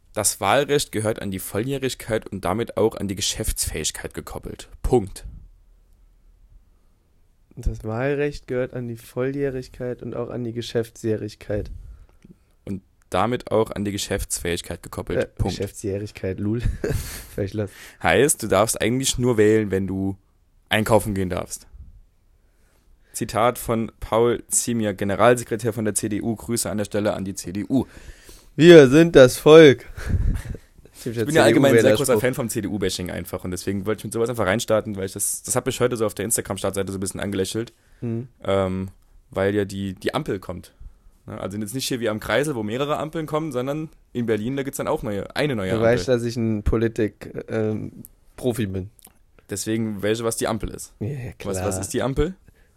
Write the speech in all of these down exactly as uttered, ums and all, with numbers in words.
Das Wahlrecht gehört an die Volljährigkeit und damit auch an die Geschäftsfähigkeit gekoppelt. Punkt. Das Wahlrecht gehört an die Volljährigkeit und auch an die Geschäftsjährigkeit. Und damit auch an die Geschäftsfähigkeit gekoppelt. Äh, Punkt. Geschäftsjährigkeit, lul. Vielleicht lass. Heißt, du darfst eigentlich nur wählen, wenn du einkaufen gehen darfst. Zitat von Paul Ziemiak, Generalsekretär von der C D U. Grüße an der Stelle an die C D U. Wir sind das Volk. Ich bin ja allgemein ein sehr großer Fan vom C D U-Bashing einfach und deswegen wollte ich mit sowas einfach reinstarten, weil ich das, das hat mich heute so auf der Instagram-Startseite so ein bisschen angelächelt, Hm. ähm, weil ja die, die Ampel kommt. Ne? Also jetzt nicht hier wie am Kreisel, wo mehrere Ampeln kommen, sondern in Berlin, da gibt es dann auch neue, eine neue Du Ampel. weißt, dass ich ein Politik-Profi bin. Deswegen welche, was die Ampel ist. Ja, klar. Was, was ist die Ampel?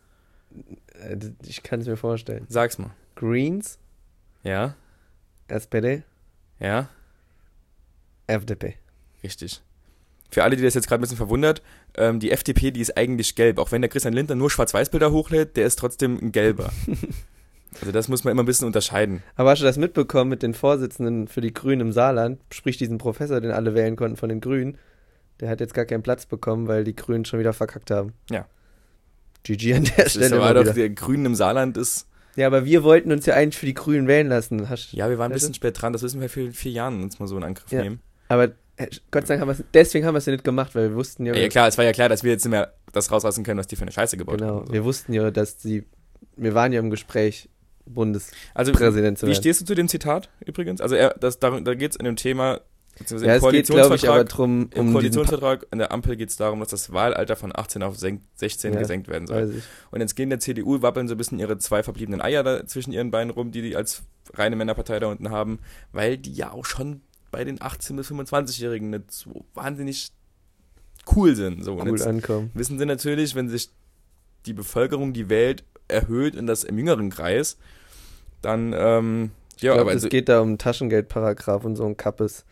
Äh, Ich kann es mir vorstellen. Sag's mal. Greens, Ja, S P D, ja, F D P. richtig. Für alle, die das jetzt gerade ein bisschen verwundert, ähm, die F D P, die ist eigentlich gelb. Auch wenn der Christian Lindner nur Schwarz-Weiß-Bilder hochlädt, der ist trotzdem ein gelber. Also das muss man immer ein bisschen unterscheiden. Aber hast du das mitbekommen mit den Vorsitzenden für die Grünen im Saarland? Sprich diesen Professor, den alle wählen konnten von den Grünen. Der hat jetzt gar keinen Platz bekommen, weil die Grünen schon wieder verkackt haben. Ja. G G an der Das ist Stelle aber mal doch, wieder. der Grünen im Saarland ist... Ja, aber wir wollten uns ja eigentlich für die Grünen wählen lassen. Hast, Ja, wir waren ein weißt bisschen spät dran, das müssen wir für vier Jahren uns mal so in Angriff Ja. nehmen. du? Aber äh, Gott sei Dank haben wir es, deswegen haben wir es ja nicht gemacht, weil wir wussten ja, Ja, ja, klar, es war ja klar, dass wir jetzt nicht mehr das rauslassen können, was die für eine Scheiße gebaut genau, haben. So. wir wussten ja, dass sie, wir waren ja im Gespräch, Bundespräsident Also, zu wie werden. stehst du zu dem Zitat übrigens? Also, er, das, da, da geht es in dem Thema, beziehungsweise Ja, im es geht, glaube ich, aber Koalitionsvertrag, drum, im um diesen Koalitionsvertrag an der Ampel geht es darum, dass das Wahlalter von achtzehn auf sechzehn Ja, gesenkt werden Pa- soll. weiß ich. Und jetzt gehen der C D U, wappeln so ein bisschen ihre zwei verbliebenen Eier da zwischen ihren Beinen rum, die die als reine Männerpartei da unten haben, weil die ja auch schon bei den achtzehn- bis fünfundzwanzigjährigen nicht so wahnsinnig cool sind. So. Und Cool jetzt ankommen. wissen sie natürlich, wenn sich die Bevölkerung, die wählt, erhöht in das im jüngeren Kreis, dann, ähm, ja, Ich glaube, aber es also, geht da um Taschengeldparagraph und so ein Kappes.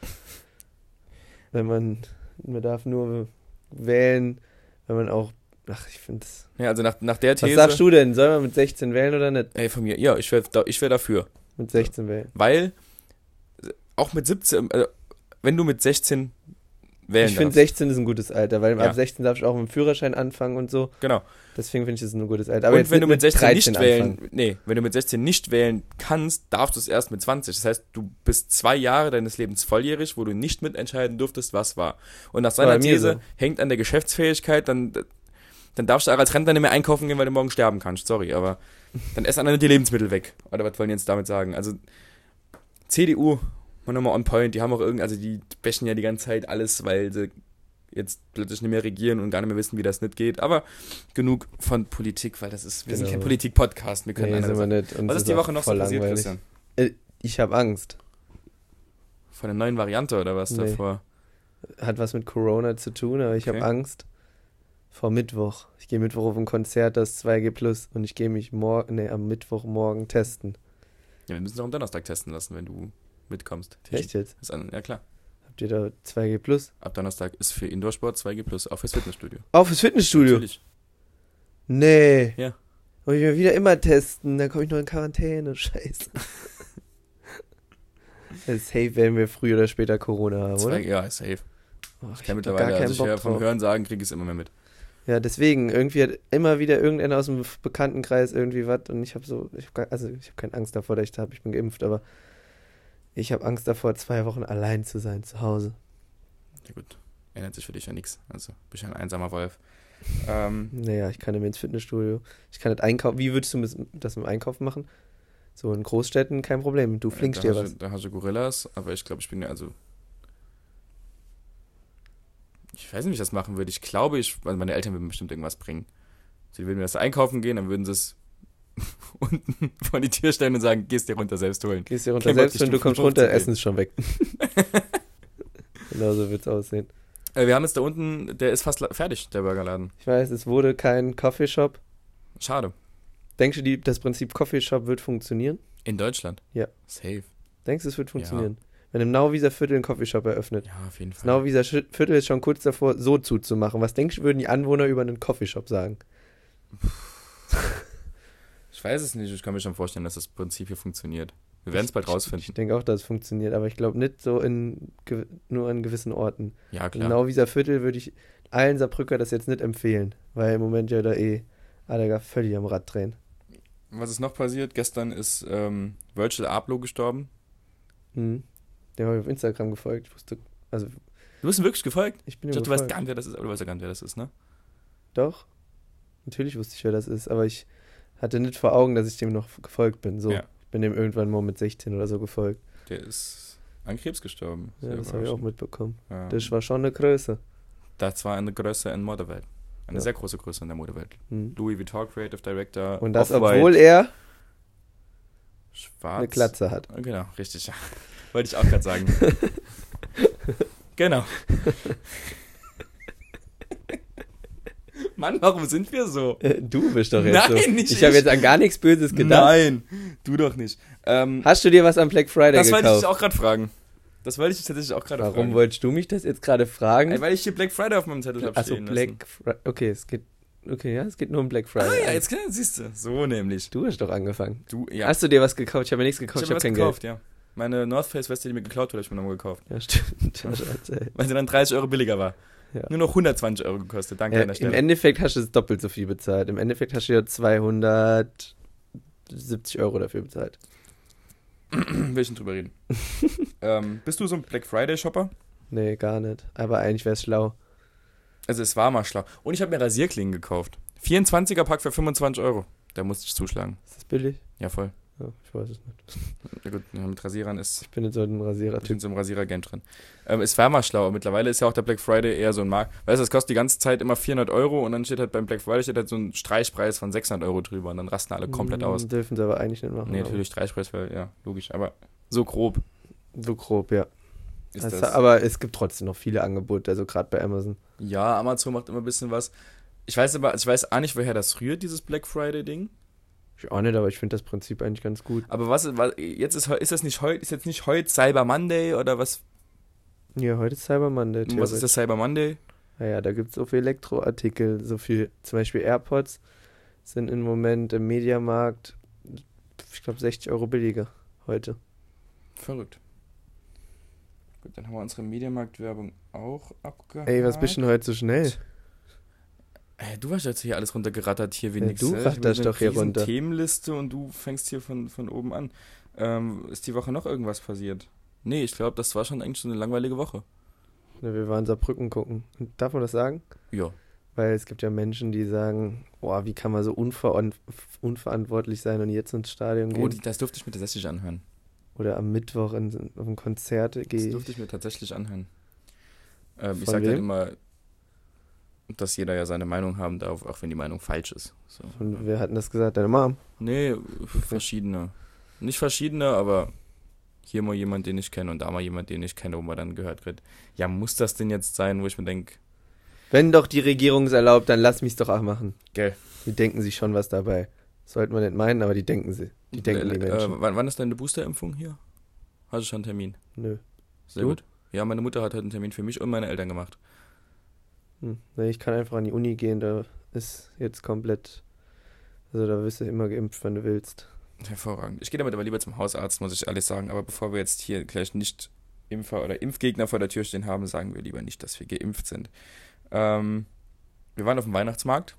Wenn man, man darf nur wählen, wenn man auch, ach, ich finde es. ja, also nach, nach der Was These, sagst du denn? Soll man mit sechzehn wählen oder nicht? ey, von mir, ja, ich wäre da, ich wär dafür. Mit sechzehn wählen. Weil, auch mit siebzehn, also, wenn du mit sechzehn wählen Ich finde darfst, sechzehn ist ein gutes Alter, weil Ja. ab sechzehn darfst du auch mit dem Führerschein anfangen und so. genau. Deswegen finde ich das ein gutes Alter. Aber Und jetzt wenn du mit sechzehn dreizehn nicht wählen, anfangen. nee, wenn du mit sechzehn nicht wählen kannst, darfst du es erst mit zwanzig. Das heißt, du bist zwei Jahre deines Lebens volljährig, wo du nicht mitentscheiden durftest, was war. Und nach seiner Bei mir These so. hängt an der Geschäftsfähigkeit, dann, dann darfst du auch als Rentner nicht mehr einkaufen gehen, weil du morgen sterben kannst. Sorry, aber dann ess andere die Lebensmittel weg. Oder was wollen die jetzt damit sagen? Also, C D U, mal nochmal on point, die haben auch irgend, also die bashen ja die ganze Zeit alles, weil sie jetzt plötzlich nicht mehr regieren und gar nicht mehr wissen, wie das nicht geht. Aber genug von Politik, weil das ist, wir sind Genau. kein Politik-Podcast. Wir können Nee, andere sind wir Sachen. nicht. Und Was es ist die auch Woche noch so voll passiert, langweilig. Christian? Äh, Ich habe Angst. Von der neuen Variante oder was Nee. davor? Hat was mit Corona zu tun, aber ich Okay. habe Angst vor Mittwoch. Ich gehe Mittwoch auf ein Konzert, das zwei G plus und ich gehe mich morgen, nee, am Mittwochmorgen testen. Ja, wir müssen es auch am Donnerstag testen lassen, wenn du mitkommst. Echt jetzt? Ist an, ja klar. Habt ihr da zwei G plus? Ab Donnerstag ist für Indoorsport zwei G plus, auch fürs Fitnessstudio. Auch fürs Fitnessstudio? Natürlich. Nee. Ja. Muss ich mir wieder immer testen, dann komme ich noch in Quarantäne. Scheiße. Safe werden wir früher oder später Corona haben, Zwei, oder? ja, safe. Ach, Ich kann hab doch mittlerweile, also ich Bock höre vom drauf. Hören sagen, kriege ich es immer mehr mit. Ja, deswegen, irgendwie hat immer wieder irgendeiner aus dem Bekanntenkreis irgendwie was und ich habe so, ich hab, gar- also ich habe keine Angst davor, dass ich da habe, ich bin geimpft, aber ich habe Angst davor, zwei Wochen allein zu sein zu Hause. Ja gut, ändert sich für dich ja nichts. Also, bist ja ein einsamer Wolf. Ähm, Naja, ich kann nicht mehr ins Fitnessstudio. Ich kann nicht einkaufen. Wie würdest du mis- das mit dem Einkaufen machen? So in Großstädten kein Problem. Du flinkst da dir hast was. Du, da hast du Gorillas, aber ich glaube, ich bin ja, also ich weiß nicht, wie ich das machen würde. Ich glaube, ich, also meine Eltern würden mir bestimmt irgendwas bringen. Sie würden mir das einkaufen gehen, dann würden sie es unten vor die Tür stellen und sagen, gehst dir runter selbst holen. Gehst dir runter, Kein selbst Bock, wenn die du kommst Stufen runter, hochzugehen. Essen ist schon weg. Genau so wird's aussehen. Äh, wir haben jetzt da unten, der ist fast la- fertig, der Burgerladen. Ich weiß, es wurde kein Coffeeshop. Schade. Denkst du, die, das Prinzip Coffeeshop wird funktionieren? In Deutschland? Ja. Safe. Denkst du, es wird funktionieren? Wenn im Nauwieser Viertel ein Coffeeshop eröffnet. Ja, auf jeden Das Fall. Nauwieser Sch- Viertel ist schon kurz davor, so zuzumachen. Was denkst du, würden die Anwohner über einen Coffeeshop sagen? Ich weiß es nicht, ich kann mir schon vorstellen, dass das Prinzip hier funktioniert. Wir werden es bald Ich rausfinden. denke auch, dass es funktioniert, aber ich glaube nicht so in ge- nur an gewissen Orten. Ja, klar. Genau Wieser Viertel würde ich allen Saarbrücker das jetzt nicht empfehlen, weil im Moment ja da eh alle gar völlig am Rad drehen. Was ist noch passiert? Gestern ist ähm, Virgil Abloh gestorben. Mhm. Der habe ich auf Instagram gefolgt. Ich wusste, also Du bist ihm wirklich gefolgt? ich bin Ich ihm dachte, du weißt gefolgt. gar nicht, wer das ist. Aber du weißt ja gar nicht, wer das ist, ne? Doch. Natürlich wusste ich, wer das ist, aber ich hatte nicht vor Augen, dass ich dem noch gefolgt bin. So, Ja. ich bin dem irgendwann mal mit sechzehn oder so gefolgt. Der ist an Krebs gestorben. Ja, Sehr das habe ich auch überraschend. mitbekommen. Ja. Das war schon eine Größe. Das war eine Größe in der Modewelt. Eine Ja. sehr große Größe in der Modewelt. Mhm. Louis Vuitton Creative Director. Und das, Off-White, obwohl er schwarz. eine Glatze hat. Genau, richtig. Ja. Wollte ich auch gerade sagen. Genau. Mann, warum sind wir so? Äh, Du bist doch jetzt Nein, so. nicht Ich habe ich. jetzt an gar nichts Böses gedacht. Nein, du doch nicht. Ähm, Hast du dir was am Black Friday das wollte ich gekauft? dich auch gerade fragen. Das wollte ich dich tatsächlich auch gerade Warum fragen. wolltest du mich das jetzt gerade fragen? Ey, weil ich hier Black Friday auf meinem Zettel habe Achso, stehen Black Friday. Okay, es geht. Okay, ja, es geht nur um Black lassen. Friday. Ah ja, jetzt siehst du. So nämlich. Du hast doch angefangen. Du, ja. Hast du dir was gekauft? Ich habe mir nichts ich gekauft, habe ich mir habe was kein gekauft, ja. Meine North Face Weste, die mir geklaut wurde, habe ich mir nochmal gekauft. Geld. Ja, stimmt. Hast du erzählt. Weil sie dann dreißig Euro billiger war. Ja. Nur noch hundertzwanzig Euro gekostet. Danke Ja, an der Im Stelle. Endeffekt hast du es doppelt so viel bezahlt. Im Endeffekt hast du ja zweihundertsiebzig Euro dafür bezahlt. Will ich nicht drüber reden. ähm, bist du so ein Black Friday Shopper? Nee, gar nicht. Aber eigentlich wäre es schlau. Also es war mal schlau. Und ich habe mir Rasierklingen gekauft. vierundzwanziger Pack für fünfundzwanzig Euro. Da musste ich zuschlagen. Ist das billig? Ja, voll. Ja, ich weiß es nicht. Ja gut, ja, mit Rasierern ist... Ich bin nicht so ein Ich bin Rasierer-Typ. so im Rasierer-Game drin. Ähm, es war mal schlau. Mittlerweile ist ja auch der Black Friday eher so ein Markt. Weißt du, das kostet die ganze Zeit immer vierhundert Euro und dann steht halt beim Black Friday steht halt so ein Streichpreis von sechshundert Euro drüber und dann rasten alle komplett Mm, aus. Dürfen sie aber eigentlich nicht machen. Nee, aber natürlich Streichpreis, weil, ja, logisch. Aber so grob So grob, ja. ist Also, das. aber es gibt trotzdem noch viele Angebote, also gerade bei Amazon. Ja, Amazon macht immer ein bisschen was. Ich weiß aber, ich weiß auch nicht, woher das rührt, dieses Black Friday-Ding. Ich auch nicht, aber ich finde das Prinzip eigentlich ganz gut. Aber was, was jetzt ist, heu- ist das nicht heute, ist jetzt nicht heute Cyber Monday oder was? Ja, heute ist Cyber Monday. Was ist das Cyber Monday? Naja, da gibt es so viele Elektroartikel, so viel, zum Beispiel AirPods sind im Moment im Mediamarkt, ich glaube, sechzig Euro billiger heute. Verrückt. Gut, dann haben wir unsere Mediamarkt-Werbung auch abgehakt. Ey, was bist du denn heute so schnell? Ey, du hast jetzt hier alles runtergerattert hier wie Ja, nix. du ey. Ich hab ratterst eine doch hier riesen runter. Themenliste und du fängst hier von, von oben an. Ähm, ist die Woche noch irgendwas passiert? Nee, ich glaube, das war schon eigentlich so eine langweilige Woche. Ne, wir waren Saarbrücken gucken. Und darf man das sagen? Ja. Weil es gibt ja Menschen, die sagen, boah, wie kann man so unveran unverantwortlich sein und jetzt ins Stadion gehen? Oh, die, das durfte ich mir tatsächlich anhören. Oder am Mittwoch in, auf ein Konzert Das gehe durfte ich mir tatsächlich anhören. Ähm, ich Von sage halt wem? immer, dass jeder ja seine Meinung haben darf, auch wenn die Meinung falsch ist. So. Und wer hat denn das gesagt? Deine Mom? Nee, verschiedene. Nicht verschiedene, aber hier mal jemand, den ich kenne und da mal jemand, den ich kenne, wo man dann gehört wird. Ja, muss das denn jetzt sein, wo ich mir denke, Wenn doch die Regierung es erlaubt, dann lass mich's doch auch machen. gell. Die denken sich schon was dabei. Sollte man nicht meinen, aber die denken sie. Die denken die Äh, Menschen. äh, wann, wann ist deine Boosterimpfung hier? Hast du schon einen Termin? Nö. Sehr Du? gut. Ja, meine Mutter hat heute einen Termin für mich und meine Eltern gemacht. Hm. Nee, ich kann einfach an die Uni gehen, da ist jetzt komplett, also da wirst du immer geimpft, wenn du willst. Hervorragend. Ich gehe damit aber lieber zum Hausarzt, muss ich ehrlich sagen. Aber bevor wir jetzt hier gleich nicht Impfer oder Impfgegner vor der Tür stehen haben, sagen wir lieber nicht, dass wir geimpft sind. Ähm, wir waren auf dem Weihnachtsmarkt.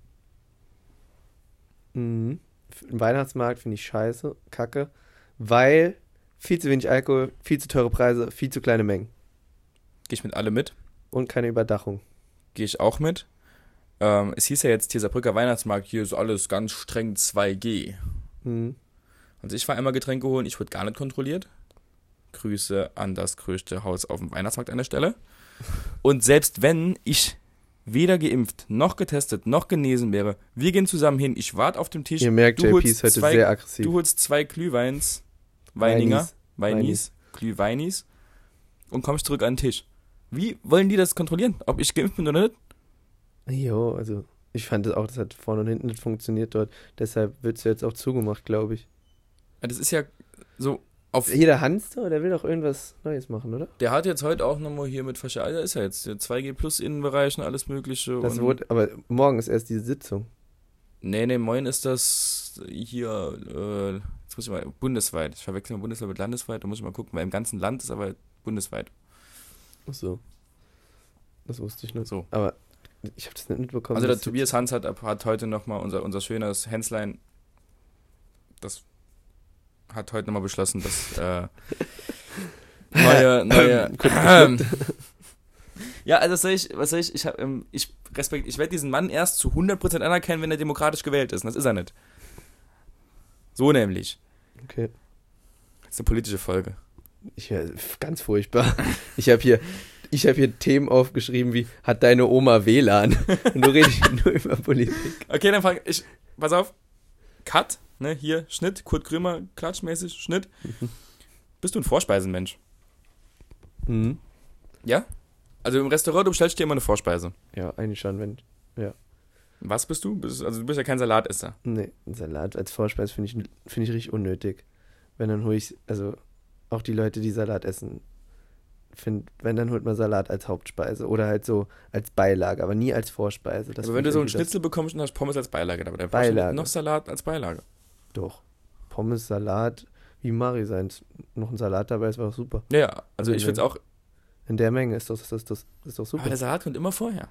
Mhm. Im Weihnachtsmarkt finde ich scheiße, kacke, weil viel zu wenig Alkohol, viel zu teure Preise, viel zu kleine Mengen Gehe ich mit alle mit. und keine Überdachung. Gehe ich auch mit. Ähm, es hieß ja jetzt, hier Saarbrücker Weihnachtsmarkt, hier ist alles ganz streng zwei G. Mhm. Also ich war einmal Getränke holen, ich wurde gar nicht kontrolliert. Grüße an das größte Haus auf dem Weihnachtsmarkt an der Stelle. Und selbst wenn ich weder geimpft, noch getestet, noch genesen wäre, wir gehen zusammen hin, ich warte auf dem Tisch, Ihr merkt, du J P holst ist heute zwei- sehr aggressiv. du holst zwei Glühweins, Weininger, Weinis. Weinis, Glühweinis und kommst zurück an den Tisch. Wie wollen die das kontrollieren, ob ich geimpft bin oder nicht? Jo, also ich fand das auch, das hat vorne und hinten nicht funktioniert dort. Deshalb wird es jetzt auch zugemacht, glaube ich. Ja, das ist ja so auf... Jeder Hamster, der will doch irgendwas Neues machen, oder? Der hat jetzt heute auch nochmal hier mit Verschärfung, da ist ja jetzt der zwei G Plus Innenbereich und alles mögliche. Das und wurde, aber morgen ist erst diese Sitzung. Nee, nee, moin ist das hier, äh, jetzt Jetzt muss ich mal, bundesweit. Ich verwechsel mal Bundesweit mit landesweit, da muss ich mal gucken, weil im ganzen Land ist aber bundesweit. Ach so. Das wusste ich nicht. So. Aber ich habe das nicht mitbekommen. Also der dass Tobias Hans hat, hat heute nochmal, unser, unser schönes Henslein, das hat heute nochmal beschlossen, dass äh, neue, neue, ähm, ja, also was soll ich, was soll ich, ich, hab, ähm, ich respekt, ich werde diesen Mann erst zu hundert Prozent anerkennen, wenn er demokratisch gewählt ist, und das ist er nicht. So nämlich. Okay. Das ist eine politische Folge. Ich, ja, ganz furchtbar. Ich habe hier, ich hab hier Themen aufgeschrieben wie, hat deine Oma W L A N? Und du redest nur über Politik. Okay, dann frage ich, pass auf, Cut, ne, hier, Schnitt, Kurt Krömer, klatschmäßig, Schnitt. Bist du ein Vorspeisenmensch? Mhm. Ja? Also im Restaurant, du bestellst dir immer eine Vorspeise. Ja, eigentlich schon, wenn, ja. Was bist du? Bist, also du bist ja kein Salatesser. Nee, ein Salat als Vorspeise finde ich, find ich richtig unnötig. Wenn, dann hole ich, also auch die Leute, die Salat essen, find, wenn, dann holt man Salat als Hauptspeise oder halt so als Beilage, aber nie als Vorspeise. Das aber wenn du so einen irgendwie das- Schnitzel bekommst und hast Pommes als Beilage, aber dann Beilage. brauchst du noch Salat als Beilage. Doch. Pommes, Salat, wie Mari sein. Noch ein Salat dabei ist, war auch super. Ja, ja, also ich finde es auch, In der Menge ist das, das, das ist doch super. aber der Salat kommt immer vorher.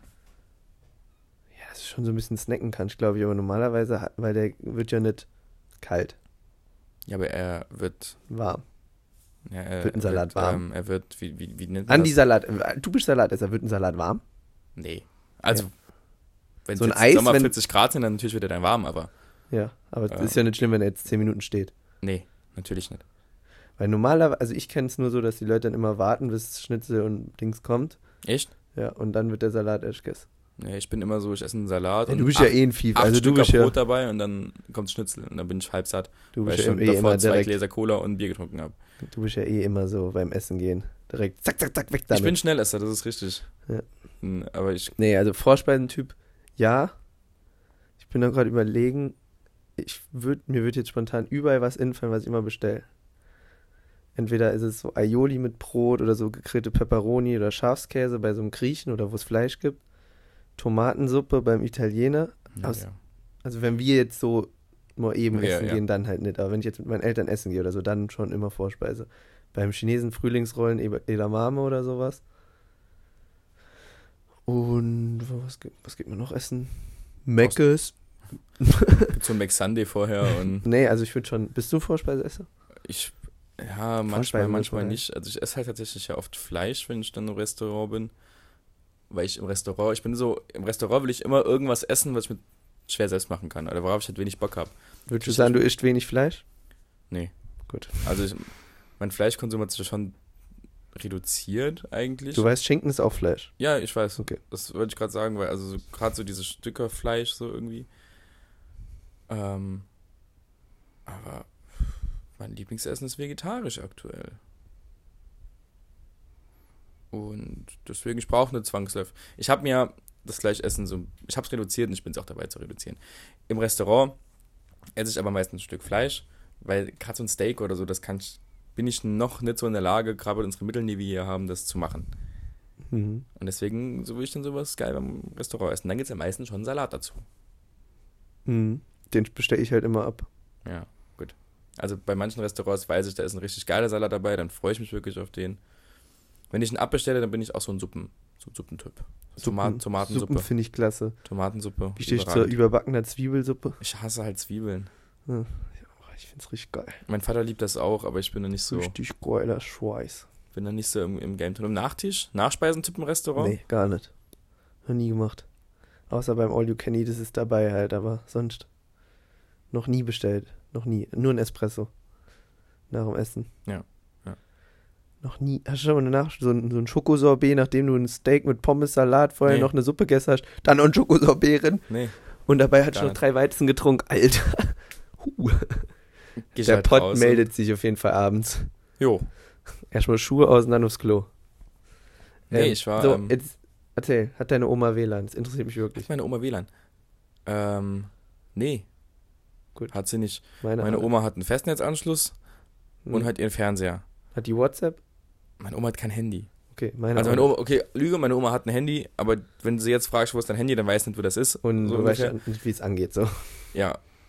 Ja, das ist schon so ein bisschen snacken kannst, glaube ich, aber normalerweise, hat- weil der wird ja nicht kalt, Ja, aber er wird... warm. Ja, er Wird ein Salat wird, warm? Ähm, er wird, wie, wie, wie nennt man An die das? Salat, du bist Salatesser, wird ein Salat warm? Nee. Also, Ja. wenn So es ein jetzt Eis, Sommer wenn- vierzig Grad sind, dann natürlich wird er dann warm, aber Ja, aber es Ja. ist ja nicht schlimm, wenn er jetzt zehn Minuten steht. nee, natürlich nicht. Weil normalerweise, also ich kenne es nur so, dass die Leute dann immer warten, bis Schnitzel und Dings kommt. Echt? Ja, und dann wird der Salat erst gegessen. Nee, ich bin immer so, ich esse einen Salat Ja, und du bist acht, ja eh ein Vieh, acht also du Stück bist ja, Brot dabei und dann kommt Schnitzel und dann bin ich halb satt, du weil bist ich ja schon eh davor immer zwei direkt, Gläser Cola und ein Bier getrunken habe. du bist ja eh immer so beim Essen gehen. Direkt zack, zack, zack, weg damit. Ich bin Schnellesser, das ist richtig. Ja. Hm, Aber ich, Nee, also Vorspeisentyp, ja. Ich bin da gerade überlegen, ich würd, mir wird jetzt spontan überall was einfallen, was ich immer bestelle. Entweder ist es so Aioli mit Brot oder so gegrillte Peperoni oder Schafskäse bei so einem Griechen oder wo es Fleisch gibt. Tomatensuppe beim Italiener. ja, Aus- ja. Also wenn wir jetzt so mal eben Ja, essen ja. gehen, dann halt nicht. Aber wenn ich jetzt mit meinen Eltern essen gehe oder so, dann schon immer Vorspeise. Beim Chinesen Frühlingsrollen Eba- Edamame oder sowas. Und was, gibt- was geht man noch essen? Meckes. Gibt so ein McSunday vorher und Nee, also ich würde schon. Bist du Vorspeiseesser? ich, ja, manchmal, Vorspeisen manchmal ist nicht. Also ich esse halt tatsächlich ja oft Fleisch, wenn ich dann im Restaurant bin. Weil ich im Restaurant, ich bin so, im Restaurant will ich immer irgendwas essen, was ich mit schwer selbst machen kann. Oder worauf ich halt wenig Bock habe. Würdest du sagen, du isst wenig Fleisch? Nee. Gut. Also ich, mein Fleischkonsum hat sich schon reduziert eigentlich. Du weißt, Schinken ist auch Fleisch. Ja, ich weiß. Okay. Das wollte ich gerade sagen, weil also so, gerade so diese Stückerfleisch so irgendwie. Ähm, aber mein Lieblingsessen ist vegetarisch aktuell. Und deswegen, ich brauche eine Zwangsläufe. Ich habe mir das Fleischessen so, ich habe es reduziert und ich bin es auch dabei zu reduzieren. Im Restaurant esse ich aber meistens ein Stück Fleisch, weil gerade so ein Steak oder so, das kann ich, bin ich noch nicht so in der Lage, gerade mit unseren Mitteln, die wir hier haben, das zu machen. Mhm. Und deswegen so will ich dann sowas geil beim Restaurant essen. Dann gibt es ja meistens schon einen Salat dazu. Mhm. Den bestelle ich halt immer ab. Ja, gut. Also bei manchen Restaurants weiß ich, da ist ein richtig geiler Salat dabei, dann freue ich mich wirklich auf den. Wenn ich ihn abbestelle, dann bin ich auch so ein Suppen, so ein Suppentyp. Tomaten, Tomatensuppe. Suppen finde ich klasse. Tomatensuppe. Wie stehst du zur überragend. überbackener Zwiebelsuppe? Ich hasse halt Zwiebeln. Ja, oh, ich finde es richtig geil. Mein Vater liebt das auch, aber ich bin da nicht so, Richtig geiler Schweiß. bin da nicht so im, im Game drin. Im Nachtisch? Nachspeisentyp im Restaurant? Nee, gar nicht. Noch nie gemacht. Außer beim All You Can Eat ist es dabei halt, aber sonst noch nie bestellt. Noch nie. Nur ein Espresso. Nach dem Essen. Ja, ja. Noch nie. Hast du schon mal nach, so ein, so ein Schokosorbet, nachdem du ein Steak mit Pommes, Salat, vorher Nee. noch eine Suppe gegessen hast, dann noch ein Schokosorbet drin Nee. und dabei hast Gar du noch nicht. drei Weizen getrunken. Alter. Huh. Geh ich Der halt Pott raus meldet sich auf jeden Fall abends. und- Jo. Erstmal Schuhe aus und dann aufs Klo. Nee, Ähm, ich war, So, ähm, jetzt erzähl, hat deine Oma W L A N? Das interessiert mich wirklich. Hat meine Oma W L A N? Ähm, nee. Gut. Hat sie nicht. Meine, Meine hat- Oma hat einen Festnetzanschluss Hm. und hat ihren Fernseher. Hat die WhatsApp? Meine Oma hat kein Handy. Okay, meine Also auch meine nicht. Oma, okay, Lüge, meine Oma hat ein Handy, aber wenn sie jetzt fragst, wo ist dein Handy, dann weiß nicht, wo das ist. Und so du weißt ja ungefähr. nicht, wie es angeht, so. Ja.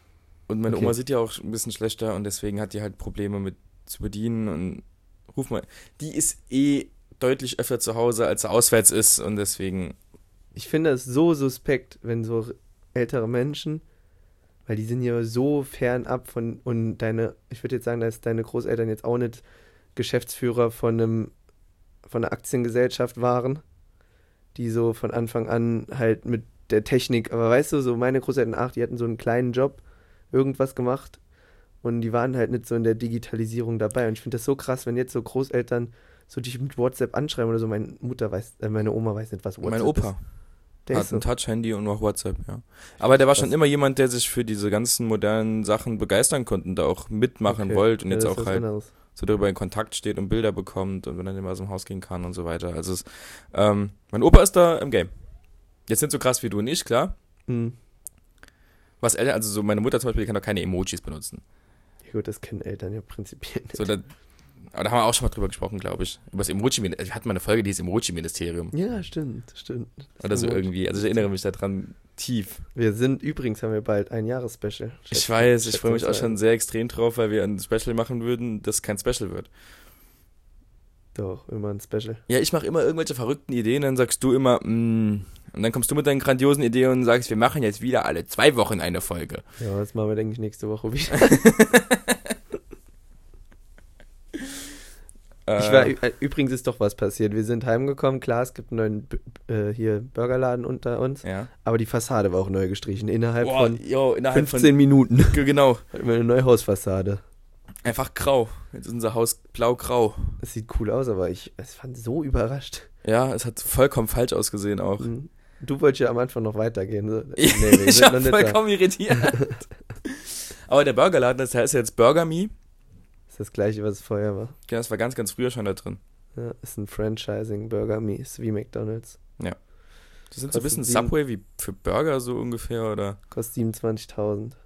Und meine Okay. Oma sieht ja auch ein bisschen schlechter und deswegen hat die halt Probleme mit zu bedienen und ruf mal. Die ist eh deutlich öfter zu Hause, als sie auswärts ist und deswegen, Ich finde es so suspekt, wenn so ältere Menschen, weil die sind ja so fernab von, und deine, ich würde jetzt sagen, dass deine Großeltern jetzt auch nicht Geschäftsführer von einem, von einer Aktiengesellschaft waren, die so von Anfang an halt mit der Technik, aber weißt du, so meine Großeltern, ach, die hatten so einen kleinen Job, irgendwas gemacht und die waren halt nicht so in der Digitalisierung dabei und ich finde das so krass, wenn jetzt so Großeltern so dich mit WhatsApp anschreiben oder so, meine Mutter weiß, äh, meine Oma weiß nicht, was WhatsApp mein ist. Opa Der hat ist so. ein Touch-Handy und noch WhatsApp, ja. Aber der war schon Krass. immer jemand, der sich für diese ganzen modernen Sachen begeistern konnte und da auch mitmachen Okay. wollte und Ja, jetzt das ist auch was halt anderes. so darüber in Kontakt steht und Bilder bekommt und wenn er nicht mehr aus dem Haus gehen kann und so weiter. Also es, ähm, mein Opa ist da im Game. Jetzt nicht so krass wie du und ich, klar. Mhm. Was Eltern, also so meine Mutter zum Beispiel, die kann doch keine Emojis benutzen. Ja gut, das kennen Eltern ja prinzipiell nicht. So, da, aber da haben wir auch schon mal drüber gesprochen, glaube ich. Über das Emoji-Ministerium. Wir hatten mal eine Folge, die hieß Emoji-Ministerium. Ja, stimmt, stimmt. Das Oder so Emoji. irgendwie. Also ich erinnere mich daran tief. Wir sind, übrigens haben wir bald ein Jahres-Special. Ich weiß, ich freue mich auch schon sehr extrem drauf, weil wir ein Special machen würden, das kein Special wird. Doch, immer ein Special. Ja, ich mache immer irgendwelche verrückten Ideen, dann sagst du immer, mm, und dann kommst du mit deinen grandiosen Ideen und sagst, wir machen jetzt wieder alle zwei Wochen eine Folge. Ja, das machen wir, denke ich, nächste Woche wieder. Äh, Ich war, ü- übrigens ist doch was passiert. Wir sind heimgekommen, klar, es gibt einen neuen B- äh, hier Burgerladen unter uns, ja. aber die Fassade war auch neu gestrichen. Innerhalb Boah, von jo, innerhalb fünfzehn Minuten von, genau, hatten wir eine neue Hausfassade. einfach grau. Jetzt ist unser Haus blau-grau. Das sieht cool aus, aber ich, ich fand so überrascht. Ja, es hat vollkommen falsch ausgesehen auch. Mhm. Du wolltest ja am Anfang noch weitergehen. So. Nee, wir ich sind war noch nicht da. vollkommen irritiert. Aber der Burgerladen, das heißt ja jetzt Burger Me. Das ist das gleiche, was es vorher war. Ja, das war ganz, ganz früher schon da drin. Ja, ist ein Franchising, Burger Me, ist wie McDonalds. Das sind so ein Kostet bisschen sieben- Subway wie für Burger so ungefähr, oder? Kostet siebenundzwanzigtausend.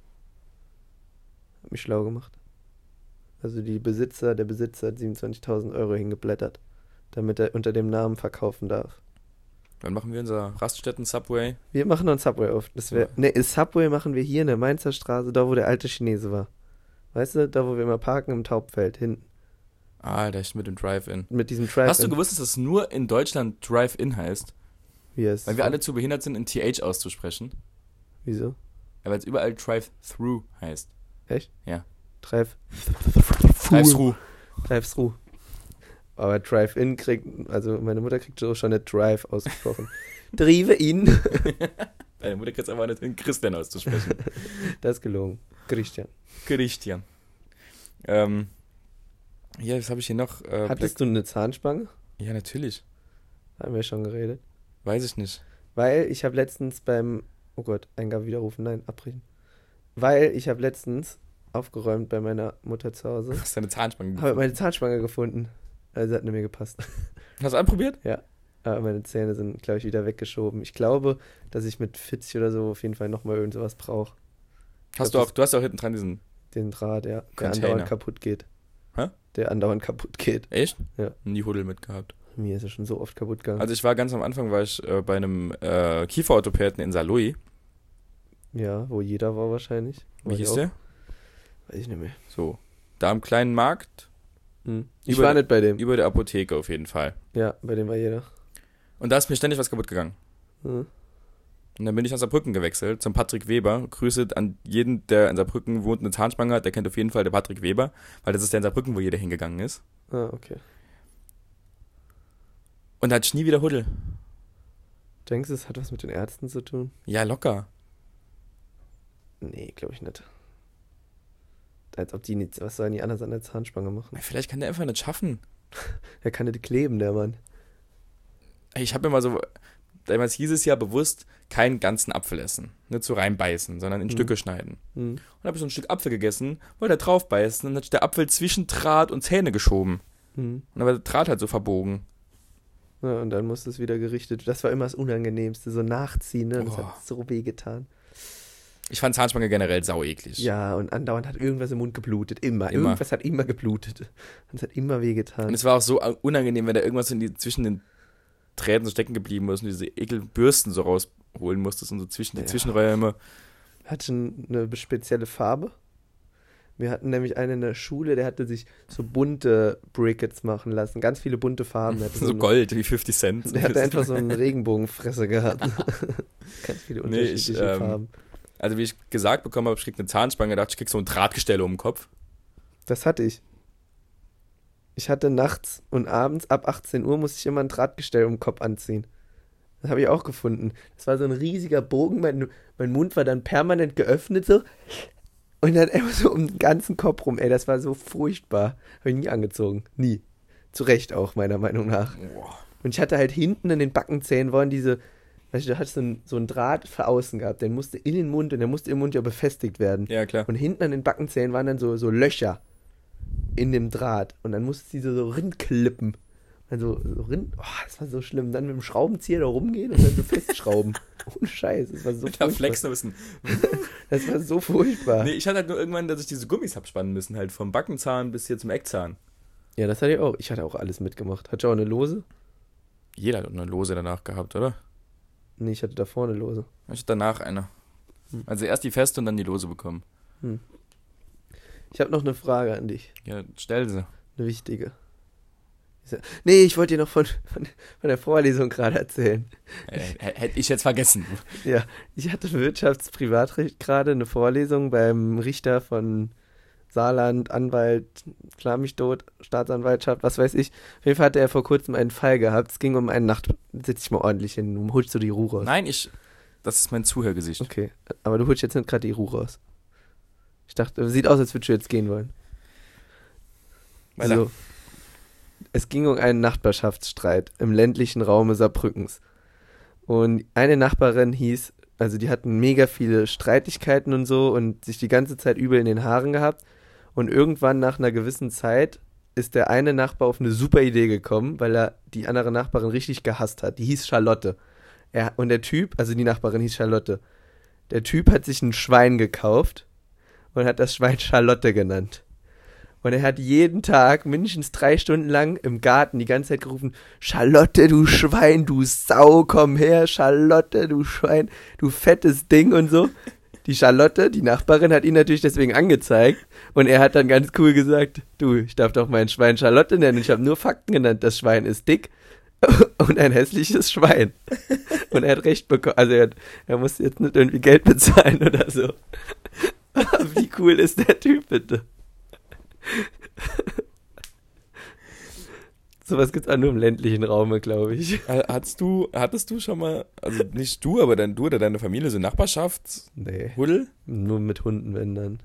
Hat mich schlau gemacht. Also die Besitzer, der Besitzer hat siebenundzwanzigtausend Euro hingeblättert, damit er unter dem Namen verkaufen darf. Wann machen wir unser Raststätten-Subway? Wir machen noch ein Subway auf. Das wär, Ja. ne, das Subway machen wir hier in der Mainzer Straße, da wo der alte Chinese war. Weißt du, da wo wir immer parken im Taubfeld, hinten. Ah, da ist mit dem Drive-In. Mit diesem Drive-In. Hast du gewusst, dass das nur in Deutschland Drive-In heißt? Wie heißt Weil es? wir alle zu behindert sind, in T H auszusprechen. Wieso? Aber es überall Drive-Through heißt. Echt? Ja. Drive. Drive-Through. Drive-Through. Aber Drive-In kriegt, also meine Mutter kriegt so schon nicht Drive ausgesprochen. Drive-In. Deine Mutter kriegt es aber nicht in Christian auszusprechen. Das ist gelogen. Christian. Christian. Ähm, ja, was habe ich hier noch? Äh, Hattest du eine Zahnspange? Black- ja, natürlich. Haben wir schon geredet. Weiß ich nicht. Weil ich habe letztens beim, oh Gott, Eingabe widerrufen, nein, abbrechen. Weil ich habe letztens aufgeräumt bei meiner Mutter zu Hause. Hast du eine Zahnspange Habe gefunden? meine Zahnspange gefunden. Also hat nicht mehr gepasst. Hast du anprobiert? Aber meine Zähne sind, glaube ich, wieder weggeschoben. Ich glaube, dass ich mit vierzig oder so auf jeden Fall nochmal irgend sowas brauche. Hast glaub, du auch, du hast auch hinten dran diesen. Den Draht, ja, der Container. andauernd kaputt geht. Hä? Der andauernd kaputt geht. Echt? Ja. Nie Huddel mitgehabt. Mir ist er schon so oft kaputt gegangen. Also ich war ganz am Anfang, war ich äh, bei einem äh, Kieferorthopäden in Saarlouis. ja, wo jeder war wahrscheinlich. War Wie ich hieß auch. der? Weiß ich nicht mehr. So. Da am kleinen Markt, Hm. Ich Über- war nicht bei dem. über der Apotheke auf jeden Fall. Ja, bei dem war jeder. Und da ist mir ständig was kaputt gegangen. Hm. Und dann bin ich nach Saarbrücken gewechselt, zum Patrick Weber. Grüße an jeden, der in Saarbrücken wohnt und eine Zahnspange hat, der kennt auf jeden Fall den Patrick Weber, weil das ist der in Saarbrücken, wo jeder hingegangen ist. Ah, okay. Und da hatte ich nie wieder Huddel. Denkst du, es hat was mit den Ärzten zu tun? Ja, locker. Nee, glaube ich nicht. Als ob die nicht, was sollen die anders an der Zahnspange machen? Vielleicht kann der einfach nicht schaffen. Er kann nicht kleben, der Mann. Ey, Ich habe immer so, damals hieß es ja bewusst, keinen ganzen Apfel essen. Nicht so reinbeißen, sondern in Mhm. Stücke schneiden. Hm. Und habe ich so ein Stück Apfel gegessen, wollte da drauf beißen, und dann hat sich der Apfel zwischen Draht und Zähne geschoben. Hm. Und dann war der Draht halt so verbogen. Ja, und dann musste es wieder gerichtet. Das war immer das Unangenehmste, so nachziehen, ne? Das Boah. hat so weh getan. Ich fand Zahnspange generell sau eklig. Ja, und andauernd hat irgendwas im Mund geblutet. Immer. Immer. Irgendwas hat immer geblutet. Und es hat immer weh Und getan. es war auch so unangenehm, wenn da irgendwas in die, zwischen den Drähten so stecken geblieben ist und diese Ekelbürsten so rausholen musstest und so zwischen die Ja. Zwischenräume. hatten eine spezielle Farbe. Wir hatten nämlich einen in der Schule, der hatte sich so bunte Brickets machen lassen. Ganz viele bunte Farben. Der hatte So, so eine, Gold, wie fifty Cent. Der hatte einfach so eine Regenbogenfresse gehabt. Ganz viele Nee, ich, unterschiedliche ähm, Farben. Also wie ich gesagt bekommen habe, ich krieg eine Zahnspange, dachte ich, krieg so ein Drahtgestell um den Kopf. Das hatte ich. Ich hatte nachts und abends ab achtzehn Uhr musste ich immer ein Drahtgestell um den Kopf anziehen. Das habe ich auch gefunden. Das war so ein riesiger Bogen. Mein, mein Mund war dann permanent geöffnet so. Und dann immer so um den ganzen Kopf rum. Ey, das war so furchtbar. Habe ich nie angezogen. Nie. Zu Recht auch, meiner Meinung nach. Boah. Und ich hatte halt hinten in den Backenzähnen waren diese, weißt du, du hast so einen, so einen Draht für außen gehabt. Der musste in den Mund und der musste im Mund ja befestigt werden. Ja, klar. Und hinten an den Backenzähnen waren dann so, so Löcher in dem Draht. Und dann musste sie so, so rinklippen. Also, so rin, oh, das war so schlimm. Dann mit dem Schraubenzieher da rumgehen und dann so festschrauben. Ohne Scheiß, das war so Da furchtbar. flexen ein bisschen. Das war so furchtbar. Nee, ich hatte halt nur irgendwann, dass ich diese Gummis hab spannen müssen, halt vom Backenzahn bis hier zum Eckzahn. Ja, das hatte ich auch. Ich hatte auch alles mitgemacht. Hatte ich auch eine Lose? Jeder hat eine Lose danach gehabt, oder? Nee, ich hatte da vorne Lose. Ich hatte danach eine. Hm. Also erst die feste und dann die Lose bekommen. Hm. Ich habe noch eine Frage an dich. Ja, stell sie. Eine wichtige. Nee, ich wollte dir noch von, von, von der Vorlesung gerade erzählen. Äh, hätte ich jetzt vergessen. Ja, ich hatte Wirtschaftsprivatrecht gerade eine Vorlesung beim Richter von Saarland, Anwalt, klar mich tot, Staatsanwaltschaft, was weiß ich. Auf jeden Fall hatte er vor kurzem einen Fall gehabt. Es ging um eine Nacht. Setz dich mal ordentlich hin. Du holst du die Ruhe raus. Nein, ich. Das ist mein Zuhörgesicht. Okay, aber du holst jetzt nicht gerade die Ruhe raus. Ich dachte, sieht aus, als würdest du jetzt gehen wollen. Weiter. So. Es ging um einen Nachbarschaftsstreit im ländlichen Raume Saarbrückens. Und eine Nachbarin hieß, also die hatten mega viele Streitigkeiten und so und sich die ganze Zeit übel in den Haaren gehabt. Und irgendwann nach einer gewissen Zeit ist der eine Nachbar auf eine super Idee gekommen, weil er die andere Nachbarin richtig gehasst hat. Die hieß Charlotte. Er, und der Typ, also die Nachbarin hieß Charlotte. Der Typ hat sich ein Schwein gekauft und hat das Schwein Charlotte genannt. Und er hat jeden Tag mindestens drei Stunden lang im Garten die ganze Zeit gerufen, Charlotte, du Schwein, du Sau, komm her, Charlotte, du Schwein, du fettes Ding und so. Die Charlotte, die Nachbarin, hat ihn natürlich deswegen angezeigt und er hat dann ganz cool gesagt, du, ich darf doch mein Schwein Charlotte nennen, ich habe nur Fakten genannt, das Schwein ist dick und ein hässliches Schwein. Und er hat recht bekommen, also er, hat, er musste jetzt nicht irgendwie Geld bezahlen oder so. Wie cool ist der Typ bitte? Sowas gibt's auch nur im ländlichen Raume, glaube ich. Hattest du, hattest du schon mal, also nicht du, aber dann du oder deine Familie, so Nachbarschaftshuddel? Nee, nur mit Hunden, wenn dann.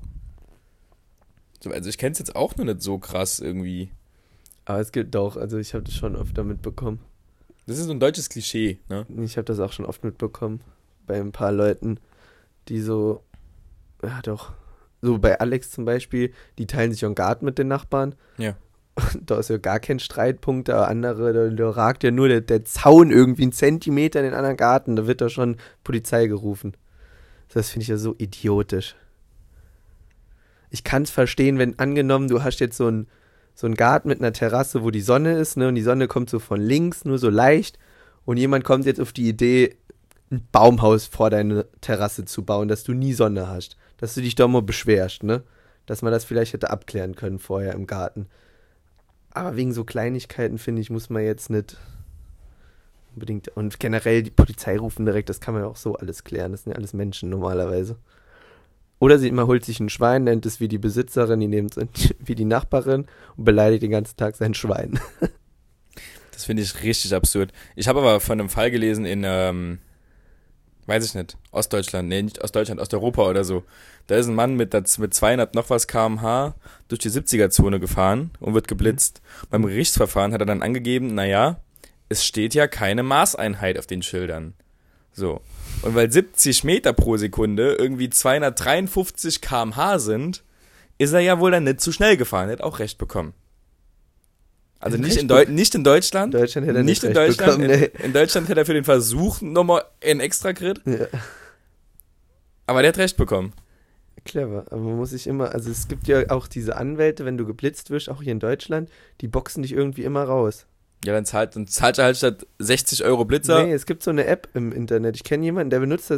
So, also ich kenne es jetzt auch noch nicht so krass irgendwie. Aber es gibt doch, also ich habe das schon oft mitbekommen. Das ist so ein deutsches Klischee, ne? Ich habe das auch schon oft mitbekommen. Bei ein paar Leuten, die so, ja doch, so bei Alex zum Beispiel, die teilen sich einen Garten mit den Nachbarn. Ja. Da ist ja gar kein Streitpunkt, aber andere, da, da ragt ja nur der, der Zaun irgendwie einen Zentimeter in den anderen Garten, da wird da schon Polizei gerufen. Das finde ich ja so idiotisch. Ich kann es verstehen, wenn angenommen, du hast jetzt so einen so einen Garten mit einer Terrasse, wo die Sonne ist, ne, und die Sonne kommt so von links, nur so leicht, und jemand kommt jetzt auf die Idee, ein Baumhaus vor deine Terrasse zu bauen, dass du nie Sonne hast, dass du dich doch mal beschwerst, ne, dass man das vielleicht hätte abklären können vorher im Garten. Aber wegen so Kleinigkeiten, finde ich, muss man jetzt nicht unbedingt, und generell die Polizei rufen direkt, das kann man ja auch so alles klären, das sind ja alles Menschen normalerweise. Oder sie man holt sich ein Schwein, nennt es wie die Besitzerin, die nimmt es wie die Nachbarin und beleidigt den ganzen Tag sein Schwein. Das finde ich richtig absurd. Ich habe aber von einem Fall gelesen in, ähm, weiß ich nicht, Ostdeutschland, nee, nicht Ostdeutschland, Osteuropa oder so. Da ist ein Mann mit, mit zweihundert noch was Kilometer pro Stunde durch die siebziger-Zone gefahren und wird geblitzt. Beim Gerichtsverfahren hat er dann angegeben, naja, es steht ja keine Maßeinheit auf den Schildern. So. Und weil siebzig Meter pro Sekunde irgendwie zweihundertdreiundfünfzig Kilometer pro Stunde sind, ist er ja wohl dann nicht zu schnell gefahren. Er hat auch recht bekommen. Also nicht in, Deu- nicht in Deutschland. In Deutschland hätte er nicht, nicht in recht Deutschland. bekommen, nee. in, in Deutschland hätte er für den Versuch nochmal einen extra Crit. Ja. Aber der hat recht bekommen. Clever, aber man muss sich immer, also es gibt ja auch diese Anwälte, wenn du geblitzt wirst, auch hier in Deutschland, die boxen dich irgendwie immer raus. Ja, dann zahlt, dann zahlt er halt statt sechzig Euro Blitzer. Nee, es gibt so eine App im Internet. Ich kenne jemanden, der benutzt das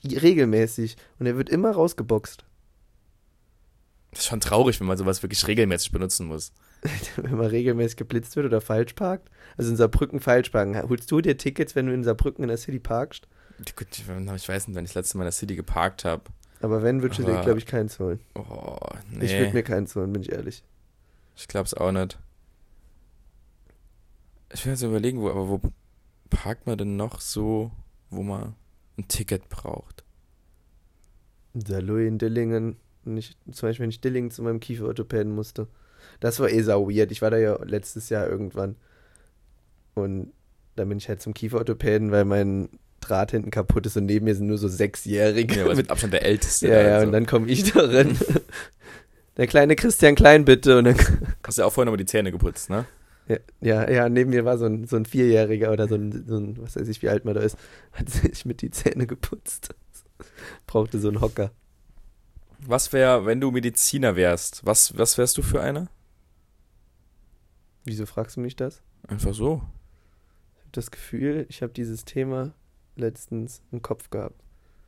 regelmäßig. Und er wird immer rausgeboxt. Das ist schon traurig, wenn man sowas wirklich regelmäßig benutzen muss. Wenn man regelmäßig geblitzt wird oder falsch parkt. Also in Saarbrücken falsch parken. Holst du dir Tickets, wenn du in Saarbrücken in der City parkst? Gut, ich weiß nicht, wann ich das letzte Mal in der City geparkt habe. Aber wenn, würdest du dir, glaube ich, keins holen. Oh, nee. Ich würde mir keins holen, bin ich ehrlich. Ich glaube es auch nicht. Ich will jetzt überlegen, wo, aber wo parkt man denn noch so, wo man ein Ticket braucht? In Saarlouis, in Dillingen. Und ich, zum Beispiel, wenn ich Dillingen zu meinem Kieferorthopäden musste. Das war eh sau weird. Ich war da ja letztes Jahr irgendwann. Und dann bin ich halt zum Kieferorthopäden, weil mein Draht hinten kaputt ist und neben mir sind nur so Sechsjährige. Ja, mit Abstand der Älteste. Ja, ja, also. Und dann komme ich da rein. Der kleine Christian Klein, bitte. Und dann hast du ja auch vorhin nochmal die Zähne geputzt, ne? Ja, ja, ja, neben mir war so ein, so ein Vierjähriger oder so ein, so ein, was weiß ich, wie alt man da ist, hat sich mit die Zähne geputzt. Brauchte so einen Hocker. Was wäre, wenn du Mediziner wärst, was, was wärst du für einer? Wieso fragst du mich das? Einfach so. Ich habe das Gefühl, ich habe dieses Thema letztens im Kopf gehabt.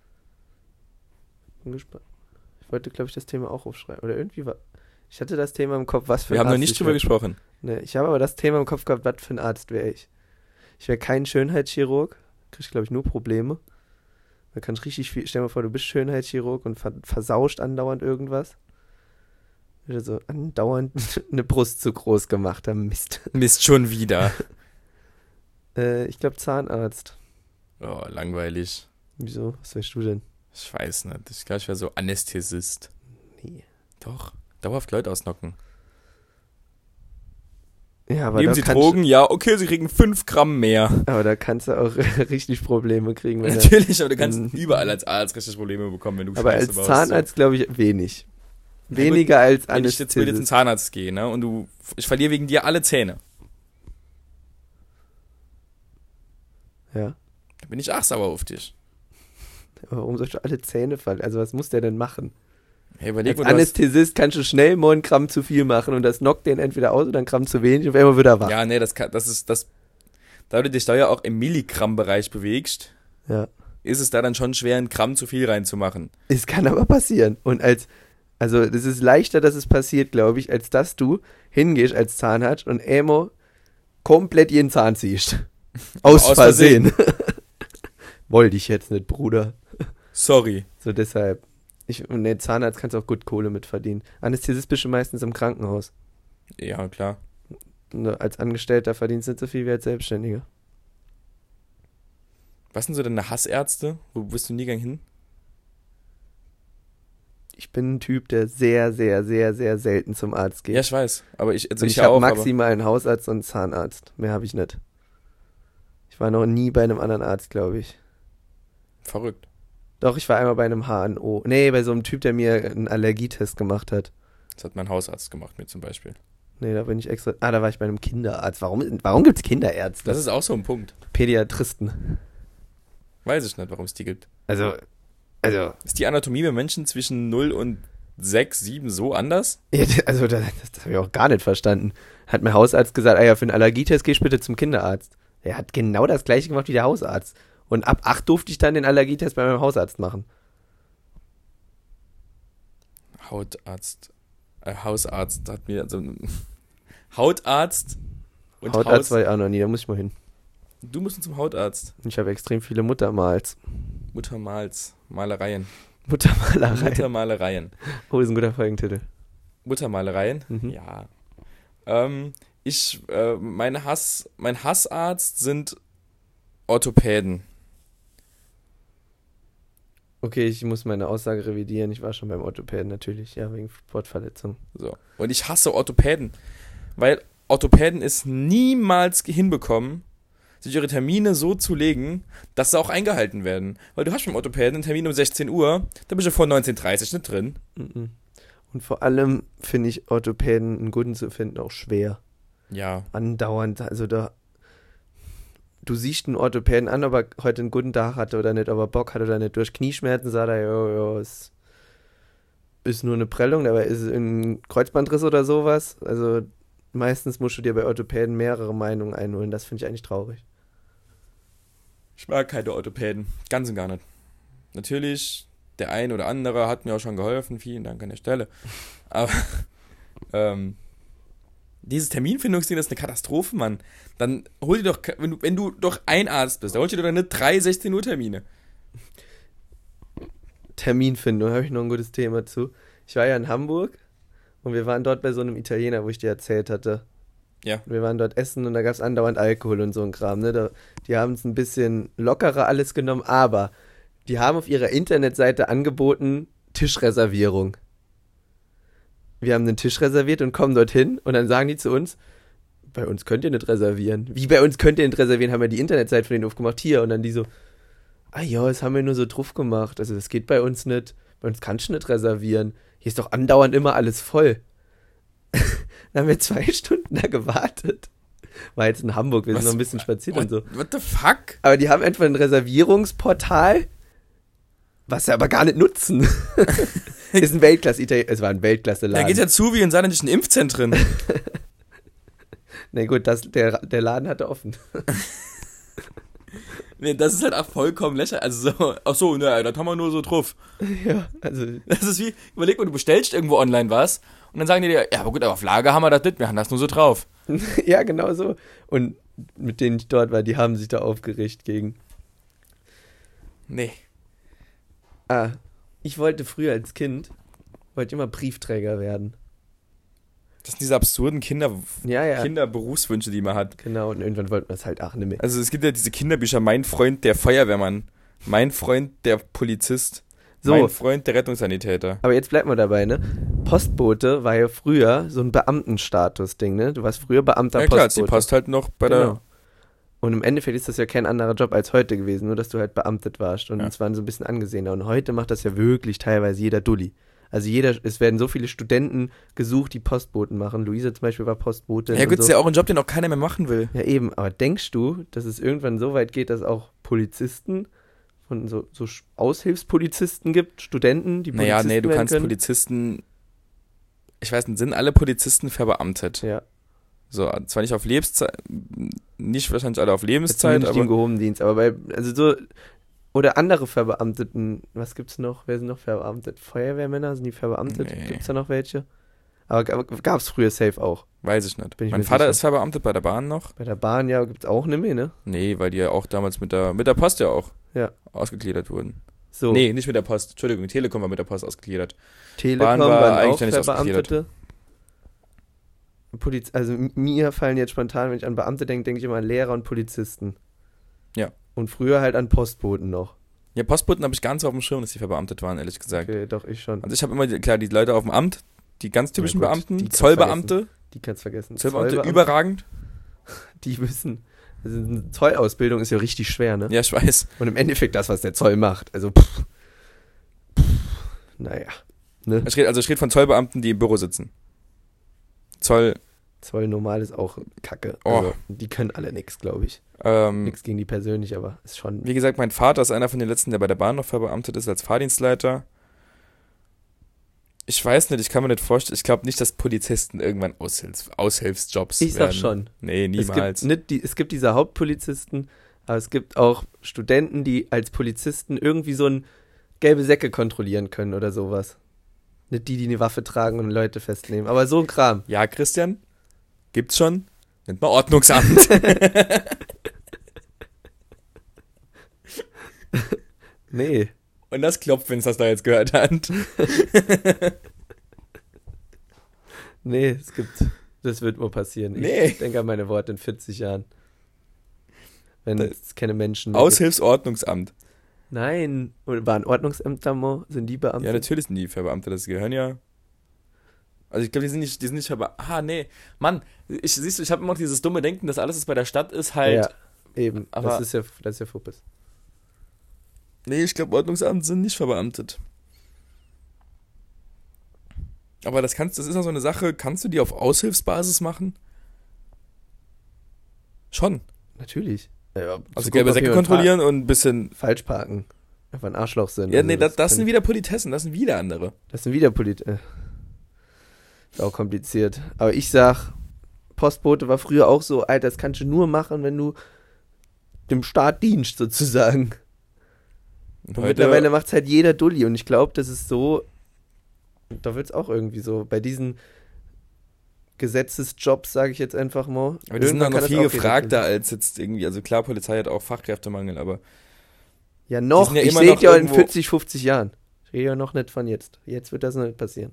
Bin gespannt. Ich wollte, glaube ich, das Thema auch aufschreiben. Oder irgendwie war. Ich hatte das Thema im Kopf, was für Wir ein haben Arzt noch nicht ich drüber wär. gesprochen. Nee, ich habe aber das Thema im Kopf gehabt, was für ein Arzt wäre ich. Ich wäre kein Schönheitschirurg. Krieg ich, glaube ich, nur Probleme. Da kannst richtig viel. Stell dir mal vor, du bist Schönheitschirurg und ver- versauscht andauernd irgendwas. Oder so andauernd eine Brust zu groß gemacht haben. Mist. Mist, schon wieder. äh, ich glaube Zahnarzt. Oh, langweilig. Wieso? Was wärst du denn? Ich weiß nicht. Ich glaube, ich wäre so Anästhesist. Nee. Doch. Dauerhaft Leute ausnocken. Ja, aber Nehmen da Sie kannst Drogen? Ja, okay, Sie kriegen fünf Gramm mehr. Aber da kannst du auch richtig Probleme kriegen. Wenn Natürlich, aber du kannst Mhm. überall als Arzt richtig Probleme bekommen, wenn du er, aber Scheiße als baust. Zahnarzt glaube ich wenig. Ja, Weniger gut, als wenn ich jetzt mit zum Anästhesist. Zahnarzt gehe, ne, und du, ich verliere wegen dir alle Zähne, Ja. dann bin ich auch sauer auf dich. Aber warum sollst du alle Zähne fallen? Also was muss der denn machen? Hey, überleg Als mal, du hast, Anästhesist kannst du schnell mal einen Gramm zu viel machen und das knockt den entweder aus oder einen Gramm zu wenig und immer wieder wach. ja, nee, das kann, das ist, das, da du dich da ja auch im Milligramm-Bereich bewegst, Ja. ist es da dann schon schwer, einen Gramm zu viel reinzumachen. Es kann aber passieren. Und als, also das ist leichter, dass es passiert, glaube ich, als dass du hingehst als Zahnarzt und Emo komplett jeden Zahn ziehst. Aus, Aus Versehen. Wollte ich jetzt nicht, Bruder. Sorry. So deshalb. Ich, und der Zahnarzt kannst auch gut Kohle mit verdienen. Anästhesist bist du meistens im Krankenhaus. Ja, klar. Und als Angestellter verdienst du nicht so viel wie als Selbstständiger. Was sind so deine Hassärzte? Wo bist du nie gern hin? Ich bin ein Typ, der sehr, sehr, sehr, sehr selten zum Arzt geht. Ja, ich weiß. Aber ich, also und ich, ich, ja habe auch, aber maximal einen Hausarzt und einen Zahnarzt. Mehr habe ich nicht. Ich war noch nie bei einem anderen Arzt, glaube ich. verrückt. Doch, ich war einmal bei einem H N O. Nee, bei so einem Typ, der mir einen Allergietest gemacht hat. Das hat mein Hausarzt gemacht, mir zum Beispiel. Nee, da bin ich extra. Ah, da war ich bei einem Kinderarzt. Warum, warum gibt es Kinderärzte? Das ist auch so ein Punkt. Pädiatristen. Weiß ich nicht, warum es die gibt. Also, also. Ist die Anatomie bei Menschen zwischen null und sechs, sieben so anders? Ja, also, das, das habe ich auch gar nicht verstanden. Hat mein Hausarzt gesagt, ah ja, für einen Allergietest gehst du bitte zum Kinderarzt. Er hat genau das gleiche gemacht wie der Hausarzt. Und ab acht durfte ich dann den Allergietest bei meinem Hausarzt machen. Hautarzt. Äh, Hausarzt hat mir also Hautarzt und Hautarzt Haus. war ich auch noch nie, da muss ich mal hin. Du musst zum Hautarzt. Ich habe extrem viele Muttermals. Muttermals. Malereien. Muttermalerei. Muttermalereien. Oh, ist ein guter Folgentitel. Muttermalereien? Mhm. Ja. Ähm, ich, äh, meine Hass, mein Hassarzt sind Orthopäden. Okay, ich muss meine Aussage revidieren. Ich war schon beim Orthopäden natürlich, ja, wegen Sportverletzung. So. Und ich hasse Orthopäden, weil Orthopäden es niemals hinbekommen, sich ihre Termine so zu legen, dass sie auch eingehalten werden. Weil du hast beim Orthopäden einen Termin um sechzehn Uhr, da bist du vor neunzehn Uhr dreißig nicht drin. Mhm. Und vor allem finde ich Orthopäden einen guten zu finden auch schwer. Ja. Andauernd, also da, du siehst einen Orthopäden an, ob er heute einen guten Tag hatte oder nicht, ob er Bock hat oder nicht. Durch Knieschmerzen sagt er, jo, jo, es ist nur eine Prellung, aber ist ein Kreuzbandriss oder sowas. Also meistens musst du dir bei Orthopäden mehrere Meinungen einholen. Das finde ich eigentlich traurig. Ich mag keine Orthopäden. Ganz und gar nicht. natürlich, der ein oder andere hat mir auch schon geholfen, vielen Dank an der Stelle. Aber ähm, dieses Terminfindungsding, das ist eine Katastrophe, Mann. Dann hol dir doch, wenn du, wenn du doch ein Arzt bist, dann hol dir doch deine drei sechzehn Uhr Termine. Terminfindung, habe ich noch ein gutes Thema zu. Ich war ja in Hamburg und wir waren dort bei so einem Italiener, wo ich dir erzählt hatte. Ja. Wir waren dort essen und da gab es andauernd Alkohol und so ein Kram. Ne? Da, die haben es ein bisschen lockerer alles genommen, aber die haben auf ihrer Internetseite angeboten Tischreservierung. Wir haben einen Tisch reserviert und kommen dorthin und dann sagen die zu uns, bei uns könnt ihr nicht reservieren. Wie bei uns könnt ihr nicht reservieren, haben wir die Internetseite von denen aufgemacht. Hier, und dann die so, ah ja, das haben wir nur so drauf gemacht. Also das geht bei uns nicht. Bei uns kannst du nicht reservieren. Hier ist doch andauernd immer alles voll. Dann haben wir zwei Stunden da gewartet. War jetzt in Hamburg, wir Was? sind noch ein bisschen spaziert What, und so. what the fuck? Aber die haben einfach ein Reservierungsportal, was sie aber gar nicht nutzen. Ist ein Weltklasse, es war ein Weltklasse-Laden. Da geht ja zu wie in saarländischen Impfzentren. Na gut, das, der, der Laden hatte offen. Nee, das ist halt auch vollkommen lächerlich. Also so, ach so, ne, das haben wir nur so drauf. Ja, also. Das ist wie, überleg mal, du bestellst irgendwo online was und dann sagen die dir, ja, aber gut, aber auf Lager haben wir das nicht, wir haben das nur so drauf. Ja, genau so. Und mit denen ich dort war, die haben sich da aufgeregt gegen. Nee. Ah, ich wollte früher als Kind, wollte immer Briefträger werden. Das sind diese absurden Kinder, Ja, ja. Kinderberufswünsche, die man hat. Genau, und irgendwann wollten wir es halt auch nicht mehr. Also es gibt ja diese Kinderbücher, mein Freund der Feuerwehrmann, mein Freund der Polizist, So. mein Freund der Rettungssanitäter. Aber jetzt bleibt mal dabei, ne? Postbote war ja früher so ein Beamtenstatus-Ding, ne? Du warst früher Beamter Ja klar, Postbote. die passt halt noch bei Genau. Und im Endeffekt ist das ja kein anderer Job als heute gewesen, nur dass du halt beamtet warst und Ja. es waren so ein bisschen angesehener. Und heute macht das ja wirklich teilweise jeder Dulli. Also jeder, es werden so viele Studenten gesucht, die Postboten machen. Luisa zum Beispiel war Postbotin. der. Ja und gut, so. ist ja auch ein Job, den auch keiner mehr machen will. Ja eben, aber denkst du, dass es irgendwann so weit geht, dass auch Polizisten und so, so Sch- Aushilfspolizisten gibt, Studenten, die Polizisten Naja, nee, du werden kannst können? Polizisten, ich weiß nicht, sind alle Polizisten verbeamtet? Ja, So, zwar nicht auf Lebenszeit, nicht wahrscheinlich alle auf jetzt Lebenszeit, zumindest die im aber gehobenen Dienst, aber bei, also so, oder andere Verbeamteten, was gibt's noch, wer sind noch verbeamtet? Feuerwehrmänner, sind die verbeamtet? Nee. Gibt's da noch welche? Aber g- gab's früher safe auch. weiß ich nicht. Bin ich Mein mir Vater sicher. ist verbeamtet bei der Bahn noch. Bei der Bahn, ja, gibt's auch nicht mehr, ne? Nee, weil die ja auch damals mit der, mit der Post ja auch Ja. ausgegliedert wurden. So, Nee, nicht mit der Post. Entschuldigung, Telekom war mit der Post ausgegliedert. Telekom Bahn war waren eigentlich auch noch nicht ausgegliedert. Verbeamtete. Poliz also m- mir fallen jetzt spontan, wenn ich an Beamte denke, denke ich immer an Lehrer und Polizisten. Ja. Und früher halt an Postboten noch. Ja, Postboten habe ich ganz auf dem Schirm, dass die verbeamtet waren, ehrlich gesagt. Okay, doch, ich schon. Also ich habe immer, die- klar, die Leute auf dem Amt, die ganz typischen Ja gut, die Beamten, kannst Zollbeamte, Die kannst vergessen. Zollbeamte, Zollbeamte, überragend. Die müssen. Also eine Zollausbildung ist ja richtig schwer, ne? Ja, ich weiß. Und im Endeffekt das, was der Zoll macht. Also, pff, pff, naja. Ne? Ich red, also ich rede von Zollbeamten, die im Büro sitzen. Zoll, Zoll normal ist auch Kacke. Oh. Also, die können alle nix, glaube ich. ähm, Nix gegen die persönlich, aber ist schon. wie gesagt, mein Vater ist einer von den letzten, der bei der Bahn noch verbeamtet ist als Fahrdienstleiter. Ich weiß nicht, ich kann mir nicht vorstellen, ich glaube nicht, dass Polizisten irgendwann Aushilfs, Aushilfsjobs Ich sag werden. schon. Nee, Es niemals. gibt, nicht die, es gibt diese Hauptpolizisten, aber es gibt auch Studenten, die als Polizisten irgendwie so ein gelbe Säcke kontrollieren können oder sowas. Nicht die, die eine Waffe tragen und Leute festnehmen, aber so ein Kram. Ja, Christian, gibt's schon. Nennt mal Ordnungsamt. Nee. Und das klopft, wenn es das da jetzt gehört hat. Nee, es gibt, das wird wohl passieren. Nee. Ich denke an meine Worte in vierzig Jahren. Wenn Das- es keine Menschen mehr gibt. Aushilfsordnungsamt. Nein, oder waren Ordnungsämter mal? Sind die Beamte? Ja, natürlich sind die Verbeamte, das gehören ja. Also ich glaube, die sind nicht, die sind nicht verbeamtet. Ah, nee. Mann, ich, siehst du, ich habe immer noch dieses dumme Denken, dass alles, was bei der Stadt ist, halt. Ja, eben. Aber- das ist ja, das ist ja Fuppes. Nee, ich glaube, Ordnungsamt sind nicht verbeamtet. Aber das kannst, das ist ja so eine Sache, kannst du die auf Aushilfsbasis machen? Schon. Natürlich. Ja, Also gelbe Säcke kontrollieren und ein bisschen. Falsch parken. Einfach ein Arschloch sind. Ja, Also nee, das, das sind können- wieder Politessen, das sind wieder andere. Das sind wieder Polit... Äh, ist auch kompliziert. Aber ich sag, Postbote war früher auch so, Alter, das kannst du nur machen, wenn du dem Staat dienst, sozusagen. Und Und heute, mittlerweile macht es halt jeder Dulli und ich glaube, das ist so, da wird es auch irgendwie so, bei diesen Gesetzesjobs, sage ich jetzt einfach mal. aber die sind dann irgendwann noch kann viel das auch jeder gefragter finden. als jetzt irgendwie, also klar, Polizei hat auch Fachkräftemangel, aber Ja, noch, sind ja ich immer sehe noch ja in irgendwo- vierzig, fünfzig Jahren. Ich rede ja noch nicht von jetzt. Jetzt wird das noch nicht passieren.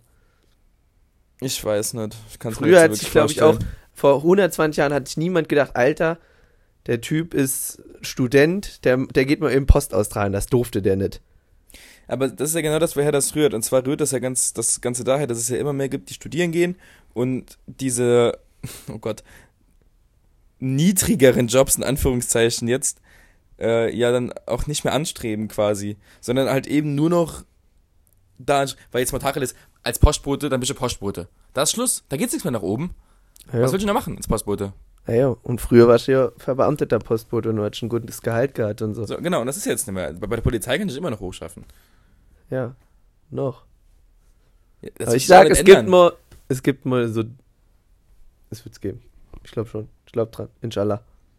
ich weiß nicht. Ich kann's mir Früher jetzt hat so sich, wirklich glaube ich, auch, vorstellen. vor hundertzwanzig Jahren hat sich niemand gedacht, Alter, der Typ ist Student, der, der geht mal eben Post austragen, das durfte der nicht. Aber das ist ja genau das, woher das rührt. Und zwar rührt das ja ganz, das Ganze daher, dass es ja immer mehr gibt, die studieren gehen und diese, oh Gott, niedrigeren Jobs, in Anführungszeichen jetzt, äh, ja dann auch nicht mehr anstreben quasi, sondern halt eben nur noch da, weil jetzt mal Tacheles, als Postbote, dann bist du Postbote. Da ist Schluss, da geht's nichts mehr nach oben. Ja, Was willst du denn da machen als Postbote? ja, ja. Und früher warst du ja verbeamteter Postbote und du hattest ein gutes Gehalt gehabt und so. So, genau, und das ist jetzt nicht mehr. Bei bei der Polizei kann ich immer noch hochschaffen. Ja, noch. Ja, das Aber wird ich sich auch sag, nicht es gibt ändern. mal, es gibt mal so, es wird's geben. Ich glaube schon. Ich glaube dran. Inshallah.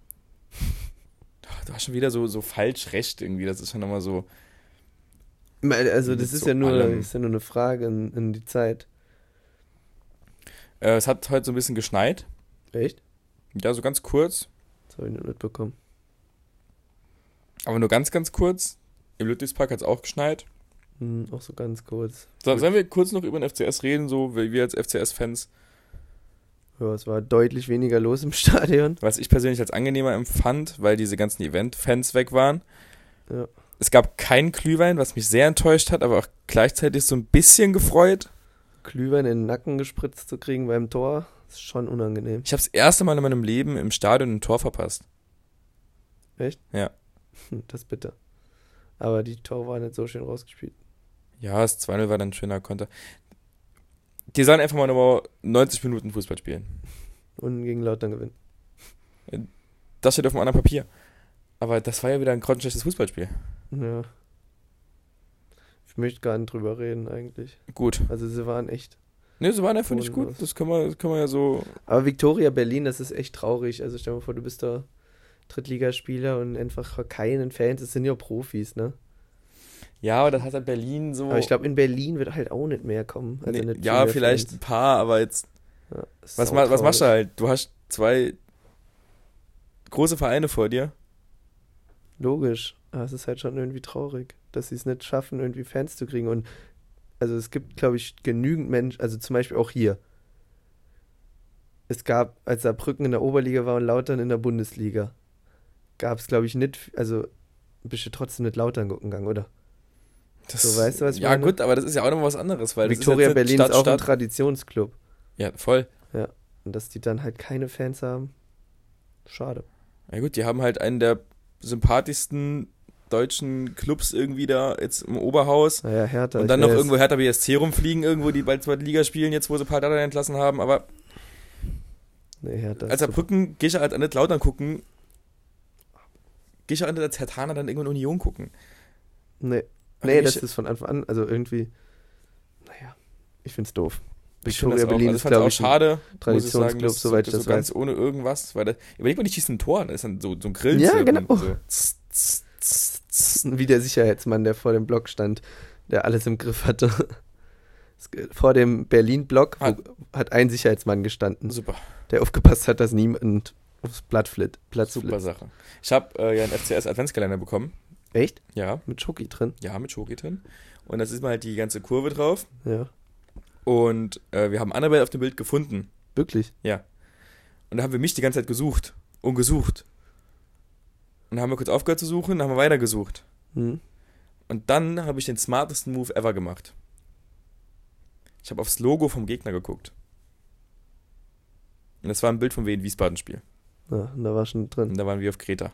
Du hast schon wieder so, so falsch recht irgendwie, das ist schon nochmal so. Ich meine, Also Mit das ist so ja nur, allem. ist ja nur eine Frage in, in die Zeit. Äh, es hat heute so ein bisschen geschneit. Echt? Ja, so ganz kurz. Das habe ich noch nicht mitbekommen. Aber nur ganz, ganz kurz. Im Ludwigspark hat es auch geschneit. Hm, auch so ganz kurz. So, Gut. sollen wir kurz noch über den F C S reden, so wie wir als F C S-Fans, Ja, es war deutlich weniger los im Stadion. was ich persönlich als angenehmer empfand, weil diese ganzen Event-Fans weg waren. Ja. Es gab keinen Glühwein, was mich sehr enttäuscht hat, aber auch gleichzeitig so ein bisschen gefreut. Glühwein in den Nacken gespritzt zu kriegen beim Tor, ist schon unangenehm. Ich habe das erste Mal in meinem Leben im Stadion ein Tor verpasst. Echt? Ja. Hm, das ist bitter. Aber die Tor war nicht so schön rausgespielt. Ja, das zwei null war dann ein schöner Konter. Die sollen einfach mal nochmal neunzig Minuten Fußball spielen. Und gegen Lautern gewinnen. Das steht auf einem anderen Papier. Aber das war ja wieder ein grottenschlechtes Fußballspiel. Ja. Ich möchte gar nicht drüber reden eigentlich. Gut. Also sie waren echt. Ne, so war der finde ich gut. Bodenlos. Das können wir, das können wir ja so. Aber Viktoria Berlin, das ist echt traurig. Also stell dir mal vor, du bist da Drittligaspieler und einfach keinen Fans. Das sind ja Profis, ne? Ja, aber das hat halt Berlin so. Aber ich glaube, in Berlin wird halt auch nicht mehr kommen. Also nee, nicht viel ja, mehr vielleicht Fans. ein paar, aber jetzt. Ja, das ist Was, ma, was machst du sautraurig. halt? Du hast zwei große Vereine vor dir. Logisch. Aber es ist halt schon irgendwie traurig, dass sie es nicht schaffen, irgendwie Fans zu kriegen. Und also es gibt, glaube ich, genügend Menschen, also zum Beispiel auch hier. Es gab, als Saarbrücken in der Oberliga war und Lautern in der Bundesliga, gab es, glaube ich, nicht, also bist du trotzdem nicht Lautern gucken gegangen, oder? Das, So, weißt du, was ich Ja, meine? gut, aber das ist ja auch noch was anderes, weil Viktoria das ist Berlin jetzt ist auch ein Stadt, Stadt. Traditionsclub. Ja, voll. Und dass die dann halt keine Fans haben, schade. Ja gut, die haben halt einen der sympathischsten deutschen Clubs irgendwie da jetzt im Oberhaus. Naja, Hertha. Und dann ich noch weiß. irgendwo Hertha B S C rumfliegen, irgendwo, die bald zweite Liga spielen, jetzt wo sie Paul Dardai entlassen haben. Aber Nee, Hertha. als ist super. Saarbrücken gehe ich halt an nicht Lautern gucken, gehe ich halt nicht als Hertaner dann irgendwann Union gucken. Nee, Also nee ich- das ist von Anfang an, also irgendwie, naja, ich find's doof. Ich finde Viktoria das auch, Berlin also ist, ich fand's glaube auch ich, ein schade, muss ich sagen, Traditionsclub, dass soweit ich so das ganz weiß. ohne irgendwas, weil das, überleg mal, die schießen ein Tor, da ist dann so, so ein Grillen. Ja, genau. So. Tss, tss, tss, tss. Wie der Sicherheitsmann, der vor dem Block stand, der alles im Griff hatte. Es- Vor dem Berlin-Block Ah. wo- hat ein Sicherheitsmann gestanden, Super, der aufgepasst hat, dass niemand aufs Blatt flitt. Platz super flitzt. Sache. Ich habe äh, ja einen F C S Adventskalender bekommen. Echt? Ja, Mit Schoki drin? ja, mit Schoki drin. Und das ist mal halt die ganze Kurve drauf. Ja. Und äh, wir haben Annabelle auf dem Bild gefunden. Wirklich? Und da haben wir mich die ganze Zeit gesucht. Und gesucht. Und dann haben wir kurz aufgehört zu suchen, dann haben wir weitergesucht. Hm. Und dann habe ich den smartesten Move ever gemacht. Ich habe aufs Logo vom Gegner geguckt. Und das war ein Bild vom Wien Wiesbaden-Spiel. Ja, und da war schon drin. Und da waren wir auf Kreta.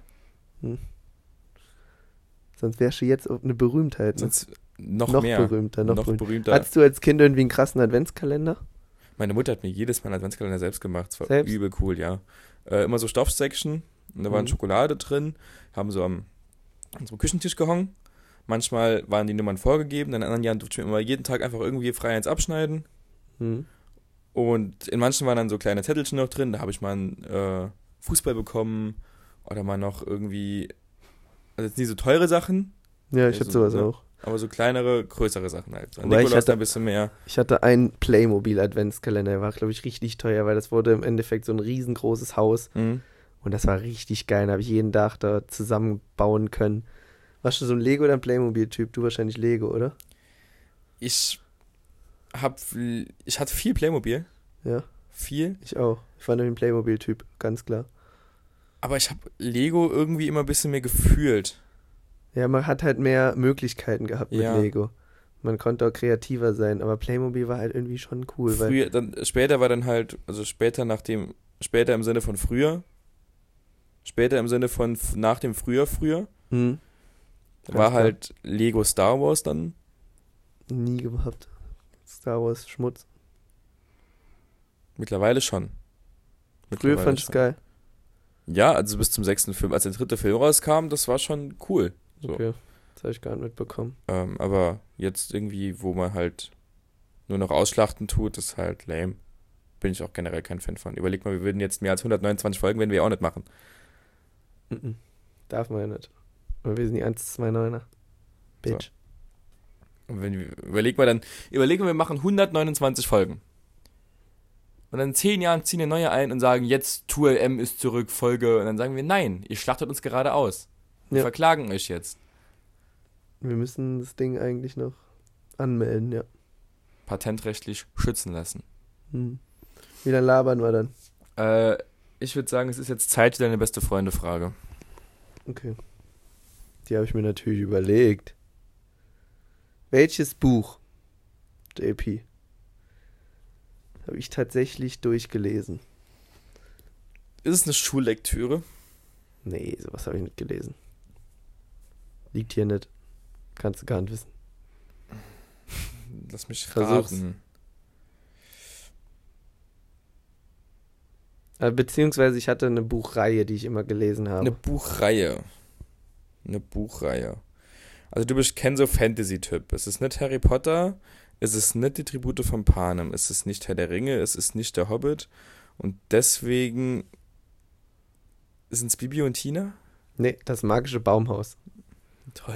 Sonst wärst du jetzt eine Berühmtheit. Ne? Sonst noch, noch mehr. berühmter, noch, noch berühmter. berühmter. Hattest du als Kind irgendwie einen krassen Adventskalender? Meine Mutter hat mir jedes Mal einen Adventskalender selbst gemacht. Das war Selbst? übel cool, ja. Äh, immer so Stoffsection. Und da war Mhm. Schokolade drin. Haben so am unserem Küchentisch gehangen. Manchmal waren die Nummern vorgegeben. In anderen Jahren durfte ich mir immer jeden Tag einfach irgendwie frei eins abschneiden. Hm. Und in manchen waren dann so kleine Zettelchen noch drin. Da habe ich mal einen äh, Fußball bekommen. Oder mal noch irgendwie. Also jetzt nie so teure Sachen. Ja, ich Also, hatte sowas ne? auch. Aber so kleinere, größere Sachen halt. An Wobei ich Nikolaus hatte- ein bisschen mehr. Ich hatte einen Playmobil-Adventskalender, der war, glaube ich, richtig teuer, weil das wurde im Endeffekt so ein riesengroßes Haus. Mhm. Und das war richtig geil. Da habe ich jeden Tag da zusammenbauen können. Warst du so ein Lego- oder ein Playmobil-Typ? Du wahrscheinlich Lego, oder? Ich hab, ich hatte viel Playmobil. Ja, Viel. ich auch. Ich war nämlich ein Playmobil-Typ, ganz klar. Aber ich habe Lego irgendwie immer ein bisschen mehr gefühlt. Ja, man hat halt mehr Möglichkeiten gehabt Ja. mit Lego. Man konnte auch kreativer sein, aber Playmobil war halt irgendwie schon cool. Weil, Früher, dann, später war dann halt, also später nach dem, später im Sinne von früher, später im Sinne von f- nach dem früher, früher, hm, Ganz war klar. halt Lego Star Wars dann. nie gehabt. Star Wars Schmutz. Mittlerweile schon. Früher Mittlerweile fand ich es schon. geil. Ja, also bis zum sechsten Film, als der dritte Film rauskam, das war schon cool. So. Okay, das habe ich gar nicht mitbekommen. Ähm, aber jetzt irgendwie, wo man halt nur noch ausschlachten tut, ist halt lame. Bin ich auch generell kein Fan von. Überleg mal, wir würden jetzt mehr als hundertneunundzwanzig Folgen, wenn wir auch nicht machen. Mhm. Darf man ja nicht. Weil wir sind die eins zwei neuner. Bitch. Und wenn wir, überleg mal dann, überleg mal, wir machen hundertneunundzwanzig Folgen. Und dann in zehn Jahren ziehen wir neue ein und sagen, jetzt Tour M ist zurück, Folge. Und dann sagen wir, nein, ihr schlachtet uns gerade aus. Wir Ja. verklagen euch jetzt. Wir müssen das Ding eigentlich noch anmelden, ja. Patentrechtlich schützen lassen. Hm. Wie lange labern wir dann? Äh, ich würde sagen, es ist jetzt Zeit für deine beste Freunde-Frage. Okay. Die habe ich mir natürlich überlegt. Welches Buch, J P, habe ich tatsächlich durchgelesen? Ist es eine Schullektüre? Nee, sowas habe ich nicht gelesen. Liegt hier nicht. Kannst du gar nicht wissen. Lass mich Versuch's. raten. Äh, Beziehungsweise ich hatte eine Buchreihe, die ich immer gelesen habe. Eine Buchreihe. Eine Buchreihe. Also du bist kein so Fantasy-Typ. Es ist nicht Harry Potter, es ist nicht die Tribute von Panem, es ist nicht Herr der Ringe, es ist nicht der Hobbit. Und deswegen sind es Bibi und Tina? Nee, das magische Baumhaus. Toll.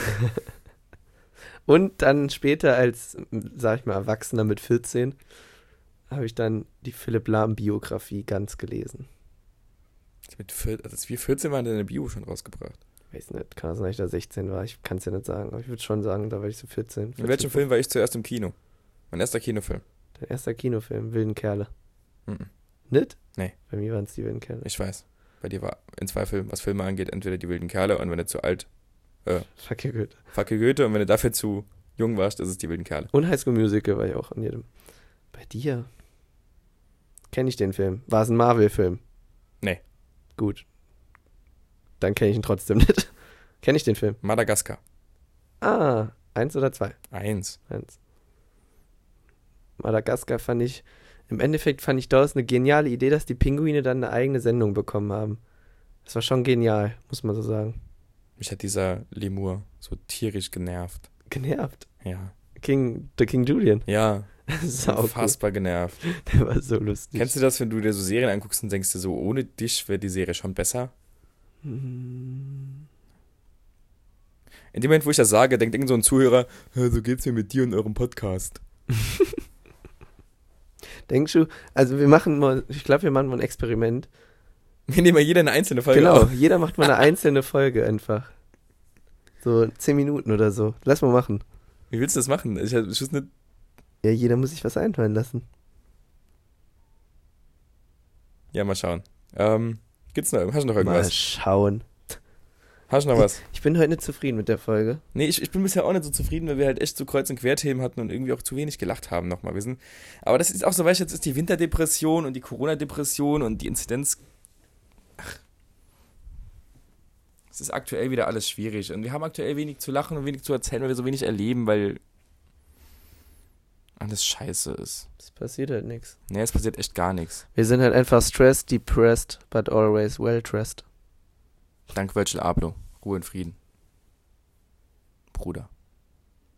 Und dann später als, sag ich mal, Erwachsener mit vierzehn, habe ich dann die Philipp Lahm-Biografie ganz gelesen. Mit vier, also als wir vierzehn waren, hat er eine Bio schon rausgebracht. Weiß nicht, kann sein, dass ich da sechzehn war. Ich kann es ja nicht sagen, aber ich würde schon sagen, da war ich so vierzehn. In welchem Film war ich zuerst im Kino? Mein erster Kinofilm. Dein erster Kinofilm, Wilden Kerle. Mhm. Nicht? Nee. Bei mir waren es die Wilden Kerle. Ich weiß. Bei dir war in zwei Filmen, was Filme angeht, entweder die wilden Kerle und wenn du zu alt, äh, Fuck you, gut. Fackel Goethe und wenn du dafür zu jung warst, ist es die wilden Kerle. Und High School Musical war ich auch an jedem. Bei dir? Kenne ich den Film? War es ein Marvel-Film? Nee. Gut. Dann kenne ich ihn trotzdem nicht. Kenne ich den Film? Madagaskar. Ah, eins oder zwei? Eins. Eins. Madagaskar fand ich, im Endeffekt fand ich daraus eine geniale Idee, dass die Pinguine dann eine eigene Sendung bekommen haben. Das war schon genial, muss man so sagen. Mich hat dieser Lemur so tierisch genervt. Genervt. Ja. King, der King Julian. Ja. Sau Unfassbar genervt. cool. Der war so lustig. Kennst du das, wenn du dir so Serien anguckst und denkst dir so, ohne dich wäre die Serie schon besser? Hm. In dem Moment, wo ich das sage, denkt irgend so ein Zuhörer, "Ja, so geht's mir mit dir und eurem Podcast." Denkst du, also wir machen mal, ich glaube, wir machen mal ein Experiment. Wir nehmen mal jeder eine einzelne Folge Genau, auf. jeder macht mal eine einzelne Folge einfach. So zehn Minuten oder so. Lass mal machen. Wie willst du das machen? Ich, ich weiß nicht. Ja, jeder muss sich was einfallen lassen. Ja, mal schauen. Ähm, gibt's noch, hast du noch Mal irgendwas? schauen. Hast du noch was? Ich bin heute nicht zufrieden mit der Folge. Nee, ich, ich bin bisher auch nicht so zufrieden, weil wir halt echt so Kreuz- und Querthemen hatten und irgendwie auch zu wenig gelacht haben nochmal. Wir sind, aber das ist auch so, weißt du, jetzt ist die Winterdepression und die Corona-Depression und die Inzidenz. Ach. Es ist aktuell wieder alles schwierig und wir haben aktuell wenig zu lachen und wenig zu erzählen, weil wir so wenig erleben, weil alles scheiße ist. Es passiert halt nichts. Nee, es passiert echt gar nichts. Wir sind halt einfach stressed, depressed, but always well dressed. Dank Virgil Abloh. Ruhe und Frieden. Bruder.